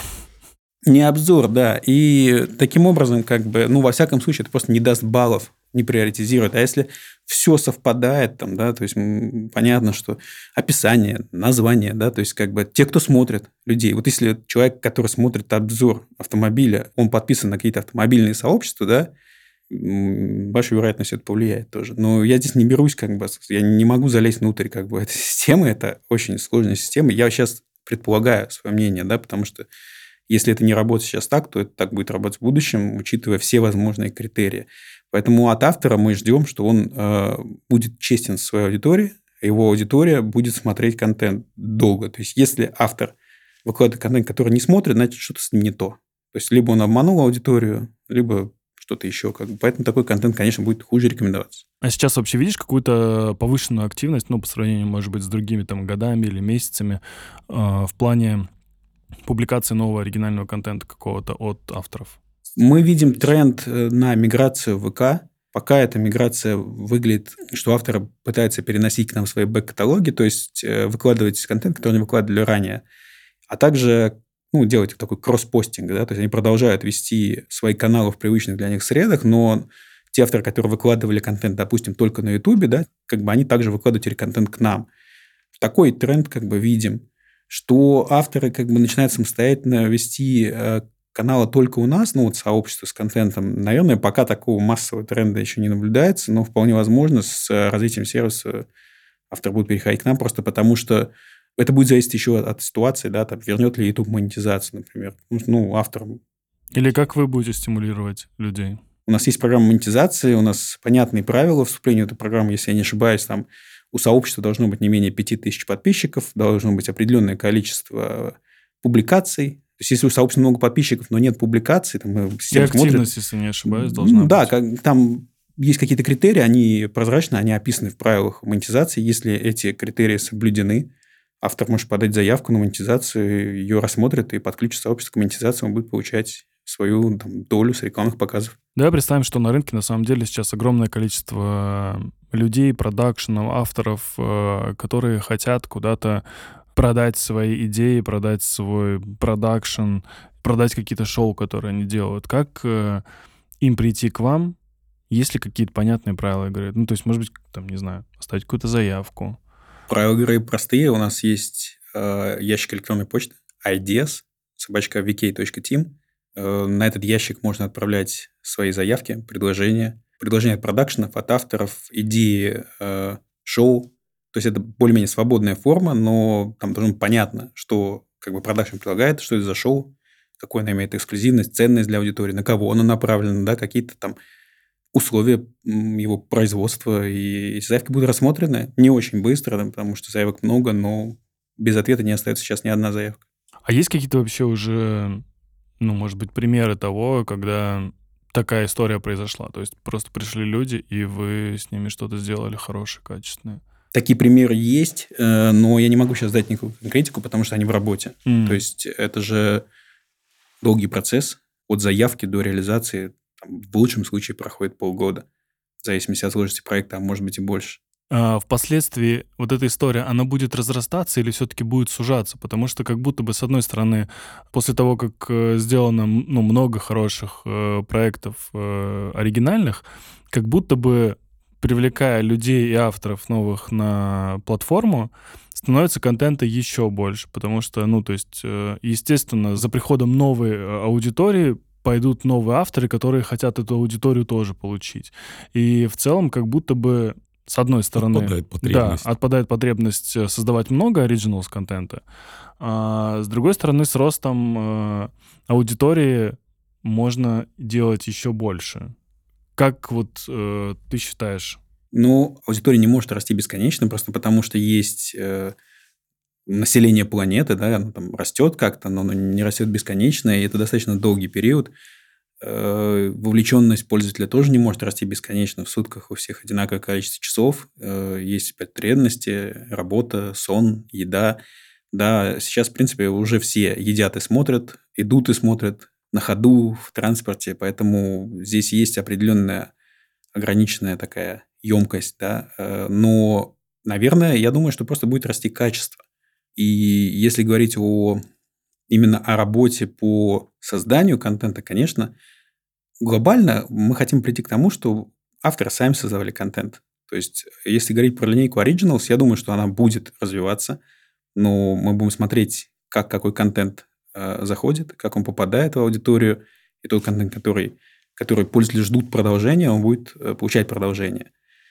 Не обзор, да. И таким образом, как бы, ну, во всяком случае, это просто не даст баллов, не приоритизирует. А если все совпадает, там, да, то есть, понятно, что описание, название, да, то есть, как бы, те, кто смотрит людей. Вот если человек, который смотрит обзор автомобиля, он подписан на какие-то автомобильные сообщества, да, большая вероятность это повлияет тоже. Но я здесь не берусь, как бы, я не могу залезть внутрь, как бы, этой системы. Это очень сложная система. Я сейчас предполагаю свое мнение, да, потому что если это не работает сейчас так, то это так будет работать в будущем, учитывая все возможные критерии. Поэтому от автора мы ждем, что он э, будет честен со своей аудиторией, а его аудитория будет смотреть контент долго. То есть, если автор выкладывает контент, который не смотрит, значит, что-то с ним не то. То есть, либо он обманул аудиторию, либо что-то еще. Как бы. Поэтому такой контент, конечно, будет хуже рекомендоваться. А сейчас вообще видишь какую-то повышенную активность, ну, по сравнению, может быть, с другими там годами или месяцами э, в плане публикации нового оригинального контента какого-то от авторов? Мы видим тренд на миграцию в ВК. Пока эта миграция выглядит, что авторы пытаются переносить к нам свои бэк-каталоги, то есть выкладывать контент, который они выкладывали ранее, а также ну, делать такой кросс-постинг. Да? То есть, они продолжают вести свои каналы в привычных для них средах, но те авторы, которые выкладывали контент, допустим, только на Ютубе, да, как бы они также выкладывают теперь контент к нам. Такой тренд как бы видим, что авторы как бы начинают самостоятельно вести э, каналы только у нас, ну, вот сообщество с контентом. Наверное, пока такого массового тренда еще не наблюдается, но вполне возможно, с развитием сервиса авторы будут переходить к нам, просто потому что это будет зависеть еще от, от ситуации, да, там, вернет ли YouTube монетизацию, например. Ну, авторам. Или как вы будете стимулировать людей? У нас есть программа монетизации, у нас понятные правила вступления в эту программу, если я не ошибаюсь, там у сообщества должно быть не менее пяти тысяч подписчиков, должно быть определенное количество публикаций. То есть, если у сообщества много подписчиков, но нет публикаций, там и активность, смотрит, если не ошибаюсь, должна ну, быть. Да, как, там есть какие-то критерии, они прозрачны, они описаны в правилах монетизации. Если эти критерии соблюдены, автор может подать заявку на монетизацию, ее рассмотрят и подключат сообщество к монетизации, он будет получать свою там, долю с рекламных показов. Давай представим, что на рынке на самом деле сейчас огромное количество людей, продакшенов, авторов, которые хотят куда-то продать свои идеи, продать свой продакшн, продать какие-то шоу, которые они делают. Как им прийти к вам? Есть ли какие-то понятные правила игры? Ну, то есть, может быть, там, не знаю, оставить какую-то заявку? Правила игры простые. У нас есть э, ящик электронной почты ideas собачка ви кей точка тим. Э, на этот ящик можно отправлять свои заявки, предложения, предложения от продакшенов, от авторов, идеи э, шоу. То есть это более-менее свободная форма, но там должно быть понятно, что как бы продакшн предлагает, что это за шоу, какой она имеет эксклюзивность, ценность для аудитории, на кого оно направлено, да, какие-то там условия его производства. И эти заявки будут рассмотрены не очень быстро, да, потому что заявок много, но без ответа не остается сейчас ни одна заявка. А есть какие-то вообще уже, ну, может быть, примеры того, когда такая история произошла? То есть просто пришли люди, и вы с ними что-то сделали хорошее, качественное? Такие примеры есть, но я не могу сейчас дать никакую конкретику, потому что они в работе. Mm. То есть это же долгий процесс от заявки до реализации. Там, в лучшем случае проходит полгода. В зависимости от сложности проекта, а может быть и больше. А впоследствии вот эта история, она будет разрастаться или все-таки будет сужаться? Потому что как будто бы, с одной стороны, после того, как сделано ну, много хороших э, проектов э, оригинальных, как будто бы, привлекая людей и авторов новых на платформу, становится контента еще больше, потому что, ну, то есть, естественно, за приходом новой аудитории пойдут новые авторы, которые хотят эту аудиторию тоже получить. И в целом как будто бы, с одной стороны... Отпадает потребность. Да, отпадает потребность создавать много оригиналс контента, а с другой стороны, с ростом аудитории можно делать еще больше. Как вот э, ты считаешь? Ну, аудитория не может расти бесконечно, просто потому что есть э, население планеты, да, оно там растет как-то, но оно не растет бесконечно, и это достаточно долгий период. Э, вовлеченность пользователя тоже не может расти бесконечно. В сутках у всех одинаковое количество часов, э, есть потребности, работа, сон, еда. Да, сейчас, в принципе, уже все едят и смотрят, идут и смотрят на ходу, в транспорте, поэтому здесь есть определенная ограниченная такая емкость, да, но, наверное, я думаю, что просто будет расти качество. И если говорить о, именно о работе по созданию контента, конечно, глобально мы хотим прийти к тому, что авторы сами создавали контент. То есть, если говорить про линейку Originals, я думаю, что она будет развиваться, но мы будем смотреть, как какой контент э, заходит, как он попадает в аудиторию, и тот контент, который, который пользователи ждут продолжения, он будет э, получать продолжение.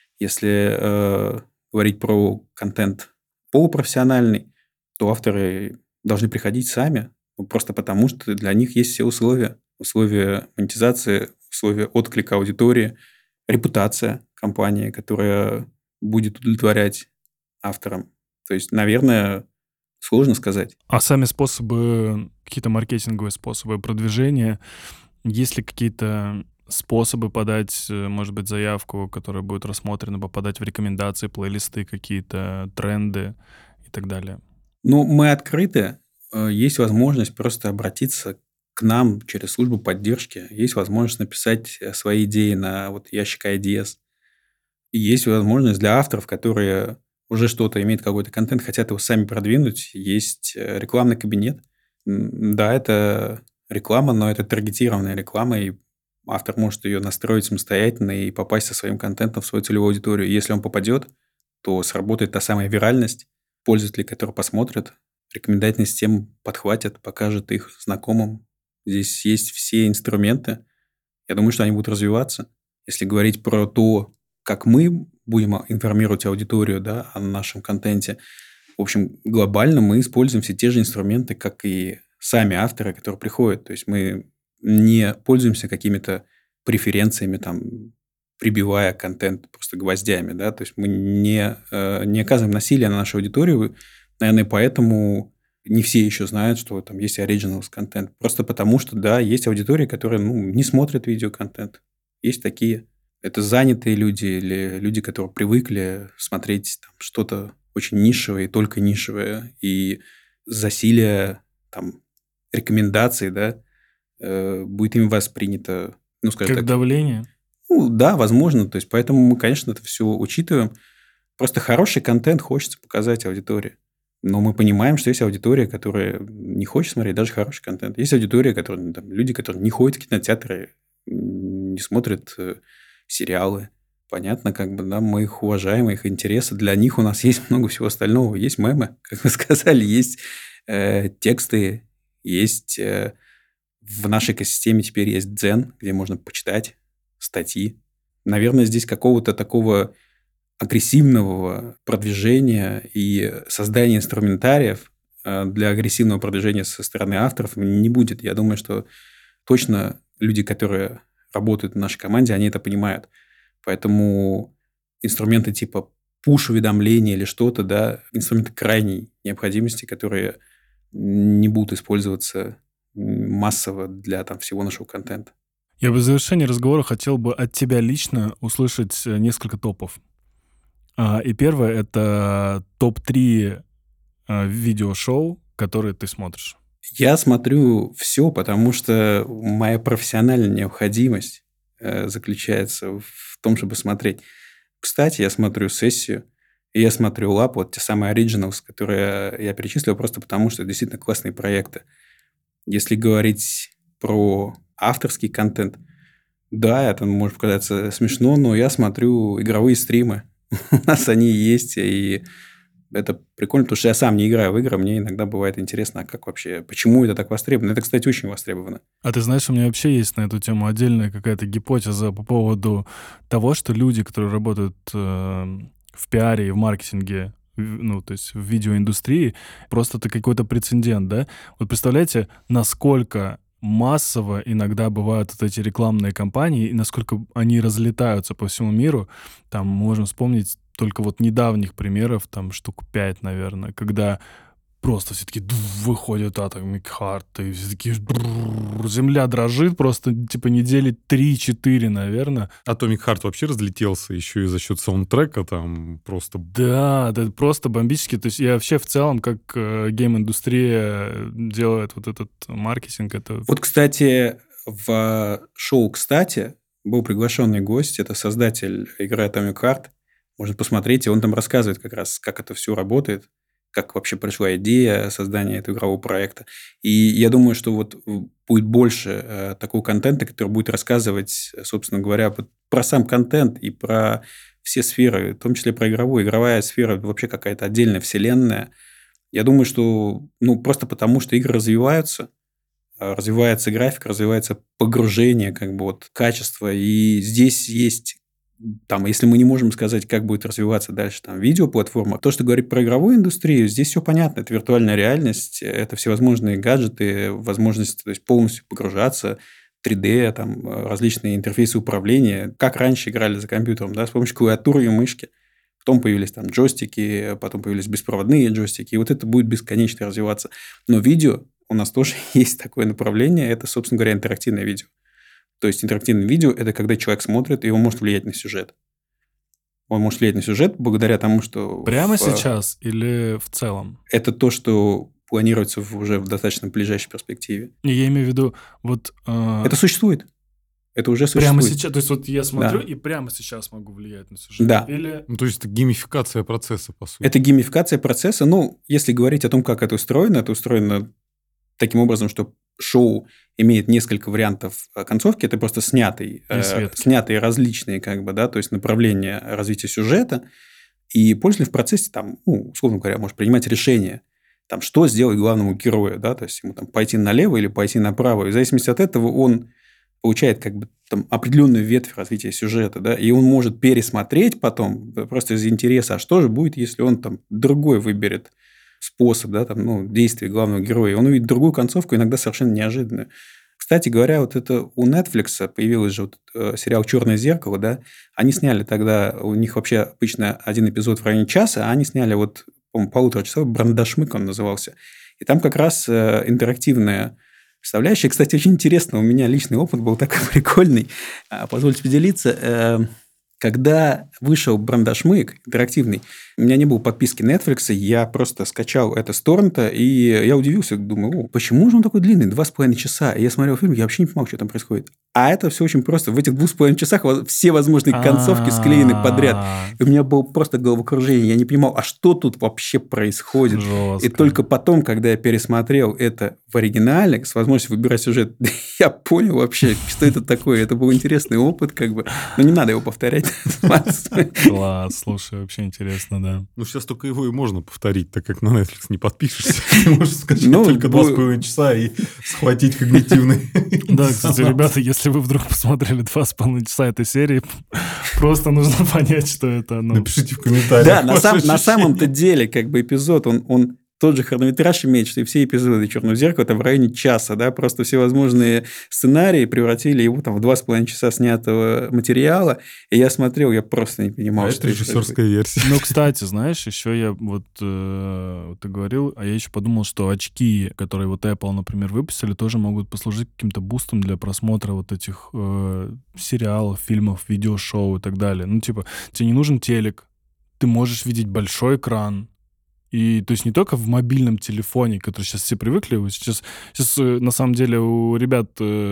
Если э, говорить про контент полупрофессиональный, то авторы должны приходить сами, ну, просто потому что для них есть все условия. Условия монетизации, условия отклика аудитории, репутация компании, которая будет удовлетворять авторам. То есть, наверное, сложно сказать. А сами способы, какие-то маркетинговые способы продвижения, есть ли какие-то способы подать, может быть, заявку, которая будет рассмотрена, попадать в рекомендации, плейлисты какие-то, тренды и так далее? Ну, мы открыты. Есть возможность просто обратиться к нам через службу поддержки. Есть возможность написать свои идеи на вот ящик Ideas. И есть возможность для авторов, которые уже что-то имеют, какой-то контент, хотят его сами продвинуть. Есть рекламный кабинет. Да, это реклама, но это таргетированная реклама, и автор может ее настроить самостоятельно и попасть со своим контентом в свою целевую аудиторию. Если он попадет, то сработает та самая виральность. Пользователи, которые посмотрят, рекомендательные системы подхватят, покажут их знакомым. Здесь есть все инструменты. Я думаю, что они будут развиваться. Если говорить про то, как мы будем информировать аудиторию, да, о нашем контенте, в общем, глобально мы используем все те же инструменты, как и сами авторы, которые приходят. То есть мы не пользуемся какими-то преференциями, там, прибивая контент просто гвоздями. Да? То есть мы не, не оказываем насилия на нашу аудиторию. Наверное, поэтому не все еще знают, что там есть Originals контент. Просто потому, что, да, есть аудитория, которая ну, не смотрит видеоконтент. Есть такие. Это занятые люди или люди, которые привыкли смотреть там, что-то очень нишевое и только нишевое. И засилие там, рекомендаций, да, э, будет им воспринято, ну, скажем как так... давление? Ну, да, возможно. То есть, поэтому мы, конечно, это все учитываем. Просто хороший контент хочется показать аудитории. Но мы понимаем, что есть аудитория, которая не хочет смотреть даже хороший контент. Есть аудитория, которые, там, люди, которые не ходят в кинотеатры, не смотрят э, сериалы. понятно, как бы, да, мы их уважаем, их интересы. Для них у нас есть много всего остального. Есть мемы, как вы сказали, есть э, тексты, есть... Э, в нашей экосистеме теперь есть Дзен, где можно почитать статьи. Наверное, здесь какого-то такого агрессивного продвижения и создания инструментариев для агрессивного продвижения со стороны авторов не будет. Я думаю, что точно люди, которые работают в нашей команде, они это понимают. Поэтому инструменты типа пуш-уведомления или что-то, да, инструменты крайней необходимости, которые не будут использоваться массово для там, всего нашего контента. Я бы в завершении разговора хотел бы от тебя лично услышать несколько топов. И первое — это топ три видеошоу, которые ты смотришь. Я смотрю все, потому что моя профессиональная необходимость заключается в том, чтобы смотреть. Кстати, я смотрю сессию, и я смотрю лап, вот те самые Originals, которые я перечислил, просто потому что это действительно классные проекты. Если говорить про авторский контент, да, это может показаться смешно, но я смотрю игровые стримы. У нас они есть, и это прикольно, потому что я сам не играю в игры, мне иногда бывает интересно, а как вообще, почему это так востребовано. Это, кстати, очень востребовано. А ты знаешь, у меня вообще есть на эту тему отдельная какая-то гипотеза по поводу того, что люди, которые работают э, в пиаре и в маркетинге, ну, то есть в видеоиндустрии, просто это какой-то прецедент, да? Вот представляете, насколько массово иногда бывают вот эти рекламные кампании, и насколько они разлетаются по всему миру. Там можем вспомнить только вот недавних примеров, там штук пять, наверное, когда просто все таки выходит Atomic Heart, и все таки земля дрожит просто, типа, недели три-четыре, наверное. Atomic Heart вообще разлетелся еще и за счет саундтрека, там просто... Да, да, просто бомбически. То есть я вообще в целом, как э, гейм-индустрия делает вот этот маркетинг, это... Вот, кстати, в шоу «Кстати» был приглашенный гость, это создатель игры Atomic Heart. Можно посмотреть, и он там рассказывает как раз, как это все работает, как вообще пришла идея создания этого игрового проекта. И я думаю, что вот будет больше э, такого контента, который будет рассказывать, собственно говоря, про сам контент и про все сферы, в том числе про игровую. Игровая сфера вообще какая-то отдельная вселенная. Я думаю, что ну, просто потому, что игры развиваются, развивается графика, развивается погружение, как бы вот качество. И здесь есть... Там, если мы не можем сказать, как будет развиваться дальше там, видеоплатформа, то, что говорит про игровую индустрию, здесь все понятно. Это виртуальная реальность, это всевозможные гаджеты, возможность то есть, полностью погружаться, три дэ, там, различные интерфейсы управления. Как раньше играли за компьютером, да, с помощью клавиатуры и мышки. Потом появились там джойстики, потом появились беспроводные джойстики. И вот это будет бесконечно развиваться. Но видео, у нас тоже есть такое направление, это, собственно говоря, интерактивное видео. То есть интерактивное видео – это когда человек смотрит, и он может влиять на сюжет. Он может влиять на сюжет благодаря тому, что... Прямо в... сейчас или в целом? Это то, что планируется в, уже в достаточно ближайшей перспективе. Я имею в виду, вот... Э... Это существует. Это уже существует. Прямо сейчас? То есть вот я смотрю, да. и прямо сейчас могу влиять на сюжет? Да. Или... Ну, то есть это геймификация процесса, по сути. Это геймификация процесса. Ну, если говорить о том, как это устроено, это устроено таким образом, что шоу имеет несколько вариантов концовки, это просто снятый, э, снятые различные как бы, да, то есть направления развития сюжета, и пользователь в процессе там, ну, условно говоря, может принимать решение, там, что сделать главному герою, да, то есть ему там пойти налево или пойти направо, и в зависимости от этого он получает как бы там определенную ветвь развития сюжета, да, и он может пересмотреть потом просто из интереса, а что же будет, если он там другой выберет способ, да, там, ну, действия главного героя. Он увидит другую концовку, иногда совершенно неожиданную. Кстати говоря, вот это у Netflix появился же вот, э, сериал «Черное зеркало», да, они сняли тогда, у них вообще обычно один эпизод в районе часа, а они сняли вот, по-моему, полуторачасовой «Брандашмык» он назывался. И там как раз э, интерактивная составляющая. Кстати, очень интересно, у меня личный опыт был такой прикольный. Позвольте поделиться. Э, когда вышел «Брандашмык» интерактивный, У меня не было подписки Netflix, я просто скачал это с торрента, и я удивился, думаю, почему же он такой длинный, два с половиной часа? И я смотрел фильм, я вообще не понимал, что там происходит. А это все очень просто. В этих двух с половиной часах все возможные концовки склеены подряд. И у меня было просто головокружение. Я не понимал, а что тут вообще происходит? Жестко. И только потом, когда я пересмотрел это в оригинале, с возможностью выбирать сюжет, я понял вообще, что это такое. Это был интересный опыт, как бы. Но не надо его повторять. Класс, слушай, вообще интересно, да. Ну, сейчас только его и можно повторить, так как на Netflix не подпишешься. Ты можешь скачать Ну, только бу- два с половиной часа и схватить когнитивный. Да, кстати, ребята, если вы вдруг посмотрели два с половиной часа этой серии, просто нужно понять, что это. Ну, Напишите в комментариях. Да, на, ваши сам- на ощущения. самом-то деле, как бы эпизод, он, он тот же хронометраж имеет, что и все эпизоды «Черного зеркала», это в районе часа, да, просто всевозможные сценарии превратили его там в два с половиной часа снятого материала, и я смотрел, я просто не понимал, А что это режиссерская версия. Ну, кстати, знаешь, еще я вот э, ты говорил, а я еще подумал, что очки, которые вот Apple, например, выпустили, тоже могут послужить каким-то бустом для просмотра вот этих э, сериалов, фильмов, видеошоу и так далее. Ну, типа, тебе не нужен телек, ты можешь видеть большой экран. И то есть не только в мобильном телефоне, который сейчас все привыкли, вот сейчас, сейчас э, на самом деле у ребят,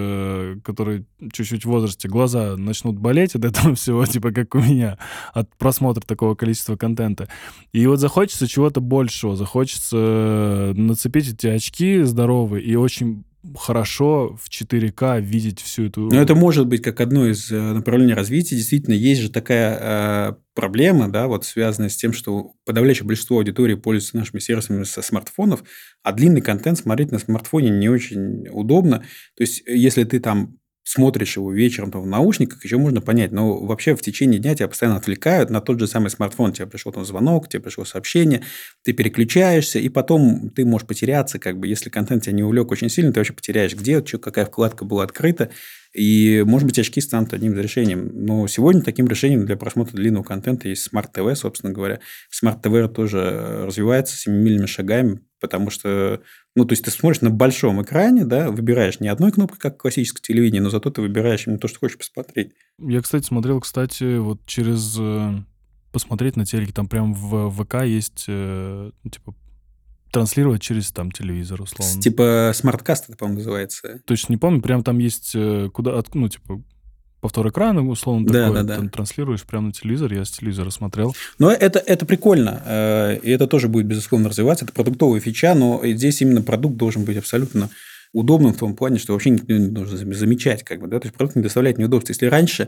э, которые чуть-чуть в возрасте, глаза начнут болеть от этого всего, типа как у меня, от просмотра такого количества контента. И вот захочется чего-то большего, захочется э, нацепить эти очки здоровые и очень хорошо в четыре ка видеть всю эту... Но это может быть как одно из э, направлений развития. Действительно, есть же такая э, проблема, да, вот связанная с тем, что подавляющее большинство аудитории пользуется нашими сервисами со смартфонов, а длинный контент смотреть на смартфоне не очень удобно. То есть, если ты там смотришь его вечером там, в наушниках, еще можно понять. Но вообще в течение дня тебя постоянно отвлекают на тот же самый смартфон. Тебе пришел там звонок, тебе пришло сообщение, ты переключаешься, и потом ты можешь потеряться. Как бы, если контент тебя не увлек очень сильно, ты вообще потеряешь, где, что, какая вкладка была открыта. И, может быть, очки станут одним из решений. Но сегодня таким решением для просмотра длинного контента есть Smart ти ви, собственно говоря. Smart ти ви тоже развивается семимильными шагами, потому что, ну, то есть, ты смотришь на большом экране, да, выбираешь не одной кнопкой, как классическое телевидение, но зато ты выбираешь именно то, что хочешь посмотреть. Я, кстати, смотрел, кстати, вот через... э, посмотреть на телеке, там прям в ВК есть, э, ну, типа, транслировать через там телевизор, условно. Типа смарткаст это, по-моему, называется. Точно не помню, прям там есть э, куда, от- ну, типа, повтор экрана, условно, Да, такое, да, да. там транслируешь прямо на телевизор, я с телевизора смотрел. Но это, это прикольно, э, и это тоже будет, безусловно, развиваться. Это продуктовая фича, но здесь именно продукт должен быть абсолютно удобным в том плане, что вообще никто не должен зам- замечать. Как бы, да? То есть, продукт не доставляет неудобств. Если раньше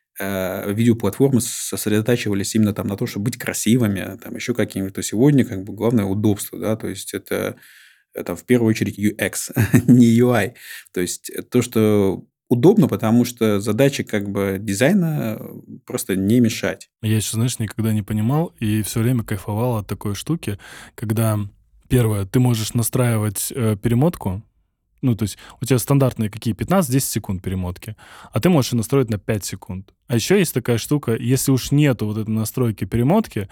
э, видеоплатформы сосредотачивались именно там, на том, чтобы быть красивыми, там еще какими-то, то сегодня как бы, главное удобство. Да? То есть, это, это в первую очередь ю экс, не ю ай. То есть, то, что удобно, потому что задача как бы дизайна просто не мешать. Я еще, знаешь, никогда не понимал и все время кайфовал от такой штуки, когда, первое, ты можешь настраивать э, перемотку, ну, то есть у тебя стандартные какие, пятнадцать-десять секунд перемотки, а ты можешь ее настроить на пять секунд. А еще есть такая штука, если уж нету вот этой настройки перемотки,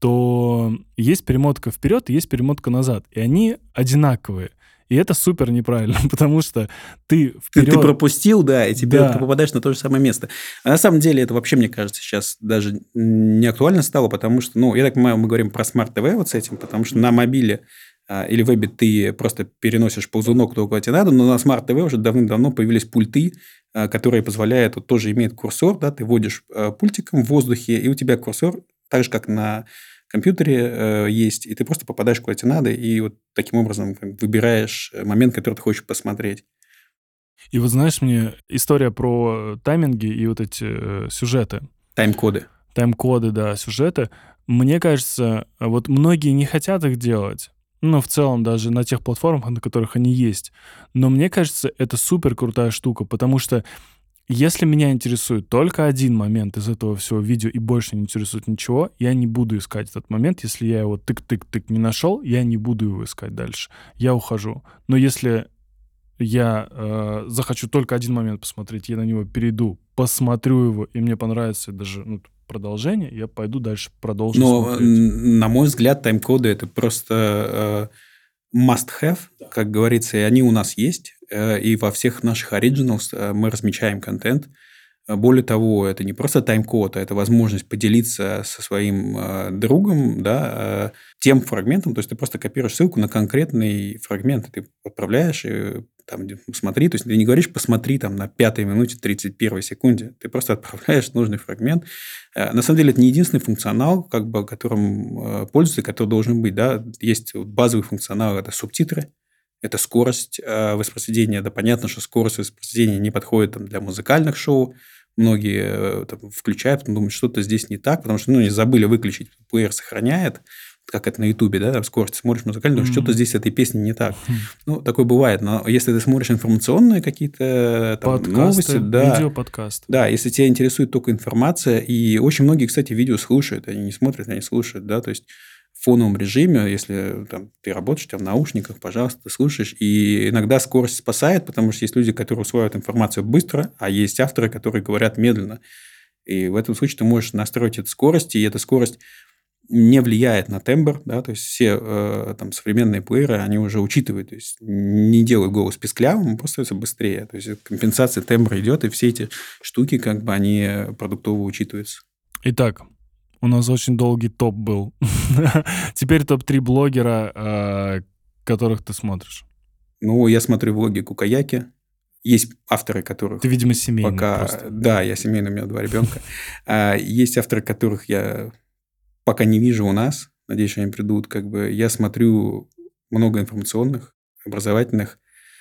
то есть перемотка вперед и есть перемотка назад, и они одинаковые. И это супер неправильно, потому что ты Ты, вперед... ты пропустил, да, и тебе Да. ты попадаешь на то же самое место. А на самом деле это вообще, мне кажется, сейчас даже не актуально стало, потому что, ну, я так понимаю, мы говорим про Smart ти ви вот с этим, потому что на мобиле а, или вебе ты просто переносишь ползунок туда, куда тебе надо, но на Smart ти ви уже давным-давно появились пульты, а, которые позволяют, вот тоже имеет курсор, да, ты вводишь а, пультиком в воздухе, и у тебя курсор, так же, как на компьютере э, есть, и ты просто попадаешь куда тебе надо, и вот таким образом как, выбираешь момент, который ты хочешь посмотреть. И вот знаешь, мне история про тайминги и вот эти э, сюжеты, Тайм-коды. тайм-коды, да, сюжеты, мне кажется, вот многие не хотят их делать, ну, в целом даже на тех платформах, на которых они есть, но мне кажется, это супер крутая штука, потому что если меня интересует только один момент из этого всего видео и больше не интересует ничего, я не буду искать этот момент. Если я его тык-тык-тык не нашел, я не буду его искать дальше. Я ухожу. Но если я э, захочу только один момент посмотреть, я на него перейду, посмотрю его, и мне понравится даже ну, продолжение, я пойду дальше продолжу Но, смотреть. на мой взгляд, тайм-коды – это просто э, must-have, как говорится, и они у нас есть. Э, и во всех наших оригиналс э, мы размечаем контент. Более того, это не просто тайм-код, а это возможность поделиться со своим э, другом, да, э, тем фрагментом. То есть ты просто копируешь ссылку на конкретный фрагмент, и ты отправляешь, и там смотри. То есть ты не говоришь «посмотри» там, на пятой минуте тридцать первой секунде. Ты просто отправляешь нужный фрагмент. Э, на самом деле, это не единственный функционал, как бы, которым э, пользуются, который должен быть. Да? Есть вот базовый функционал – это субтитры. Это скорость э, воспроизведения. Да, понятно, что скорость воспроизведения не подходит там, для музыкальных шоу. Многие э, там, включают, потом думают, что-то здесь не так, потому что ну, не забыли выключить. Плеер сохраняет, как это на Ютубе, да, там скорость смотришь музыкальную, думаешь, mm-hmm. что-то здесь с этой песней не так. Mm-hmm. Ну, такое бывает. Но если ты смотришь информационные какие-то там, подкасты, новости, да, видеоподкасты. Да, если тебя интересует только информация, и очень многие, кстати, видео слушают, они не смотрят, они слушают, да, то есть в фоновом режиме, если там, ты работаешь там, в наушниках, пожалуйста, ты слушаешь. И иногда скорость спасает, потому что есть люди, которые усваивают информацию быстро, а есть авторы, которые говорят медленно. И в этом случае ты можешь настроить эту скорость, и эта скорость не влияет на тембр. Да? То есть все э, там, современные плееры, они уже учитывают, то есть не делают голос писклявым, просто становится быстрее. То есть компенсация тембра идет, и все эти штуки, как бы, они продуктово учитываются. Итак, у нас очень долгий топ был. Теперь топ три блогера, которых ты смотришь. Ну, я смотрю влоги Кукаяки. Есть авторы, которых... Ты, видимо, семейный пока... просто. Да, я семейный, у меня два ребенка. Есть авторы, которых я пока не вижу у нас. Надеюсь, что они придут. Как бы я смотрю много информационных, образовательных.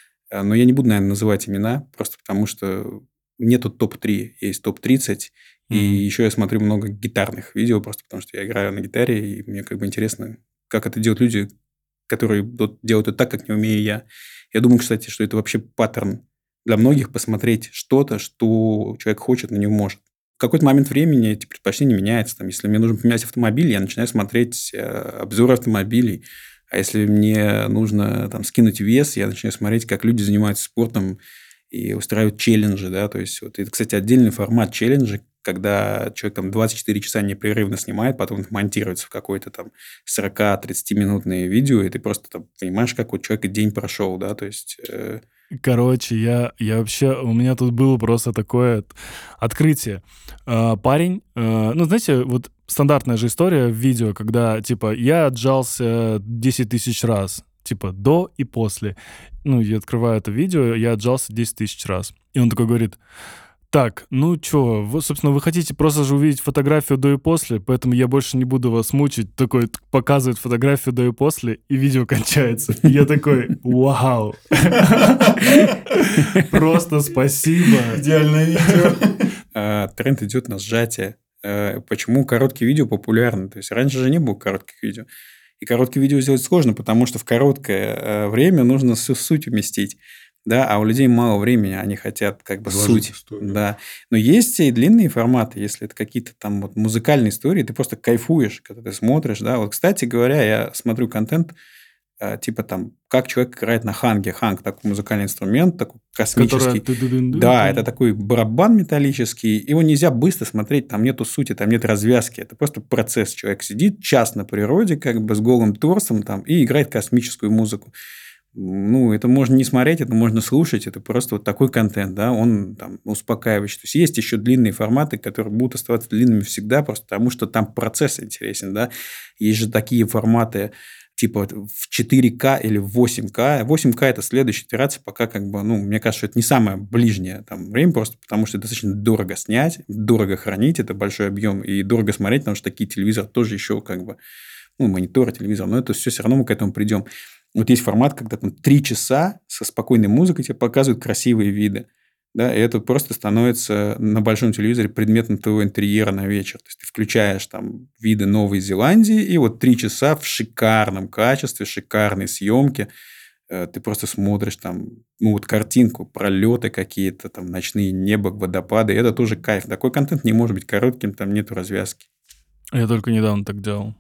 Но я не буду, наверное, называть имена, просто потому что нету топ три, есть топ тридцать. И mm-hmm. еще я смотрю много гитарных видео, просто потому что я играю на гитаре, и мне как бы интересно, как это делают люди, которые делают это так, как не умею я. Я думаю, кстати, что это вообще паттерн для многих посмотреть что-то, что человек хочет, но не может. В какой-то момент времени эти предпочтения меняются. Там, если мне нужно поменять автомобиль, я начинаю смотреть обзоры автомобилей. А если мне нужно там, скинуть вес, я начинаю смотреть, как люди занимаются спортом и устраивают челленджи. Да? То есть, вот, это, кстати, отдельный формат челленджа, когда человек там двадцать четыре часа непрерывно снимает, потом это монтируется в какое-то там сорок-тридцатиминутное видео, и ты просто там, понимаешь, как у человека день прошел, да, то есть... Э... Короче, я, я вообще... У меня тут было просто такое открытие. Э, парень... Э, ну, знаете, вот стандартная же история в видео, когда, типа, я отжался десять тысяч раз, типа, до и после. Ну, я открываю это видео, я отжался десять тысяч раз. И он такой говорит... Так, ну чё, вы, собственно, вы хотите просто же увидеть фотографию до и после, поэтому я больше не буду вас мучить. Такой показывает фотографию до и после, и видео кончается. И я такой, вау. Просто спасибо. Идеальное видео. Тренд идет на сжатие. Почему короткие видео популярны? То есть раньше же не было коротких видео. И короткие видео сделать сложно, потому что в короткое время нужно всю суть уместить. Да, а у людей мало времени, они хотят как бы суть. Да. Но есть и длинные форматы, если это какие-то там вот музыкальные истории, ты просто кайфуешь, когда ты смотришь. Да. Вот, кстати говоря, я смотрю контент, э, типа там, как человек играет на ханге. Ханг – такой музыкальный инструмент, такой космический. Которая... Да, это такой барабан металлический. Его нельзя быстро смотреть, там нету сути, там нет развязки. Это просто процесс. Человек сидит час на природе, как бы с голым торсом там, и играет космическую музыку. Ну, это можно не смотреть, это можно слушать, это просто вот такой контент, да, он там успокаивающий. То есть, есть еще длинные форматы, которые будут оставаться длинными всегда, просто потому что там процесс интересен, да. Есть же такие форматы, типа в четыре ка или в восемь ка. восемь ка – это следующая итерация, пока как бы, ну, мне кажется, что это не самое ближнее там время, просто потому что достаточно дорого снять, дорого хранить, это большой объем, и дорого смотреть, потому что такие телевизоры тоже еще как бы, ну, мониторы, телевизор, но это все все равно мы к этому придем. Вот есть формат, когда там три часа со спокойной музыкой тебе показывают красивые виды. Да, и это просто становится на большом телевизоре предметом твоего интерьера на вечер. То есть, ты включаешь там виды Новой Зеландии, и вот три часа в шикарном качестве, шикарной съемке э, ты просто смотришь там, ну, вот картинку, пролеты какие-то, там, ночные небо, водопады. И это тоже кайф. Такой контент не может быть коротким, там нету развязки. Я только недавно так делал.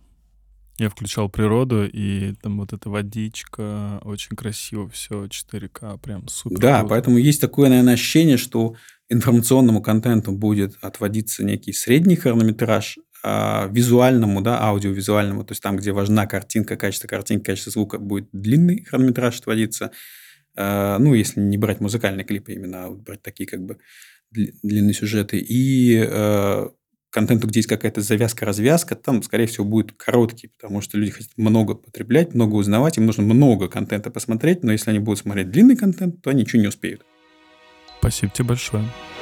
Я включал природу, и там вот эта водичка, очень красиво все, четыре ка, прям супер. Да, круто. Поэтому есть такое, наверное, ощущение, что информационному контенту будет отводиться некий средний хронометраж, а визуальному, да, аудиовизуальному, то есть там, где важна картинка, качество картинки, качество звука, будет длинный хронометраж отводиться. Ну, если не брать музыкальные клипы именно, а брать такие как бы длинные сюжеты, и э, контенту, где есть какая-то завязка-развязка, там, скорее всего, будет короткий, потому что люди хотят много потреблять, много узнавать, им нужно много контента посмотреть, но если они будут смотреть длинный контент, то они ничего не успеют. Спасибо тебе большое.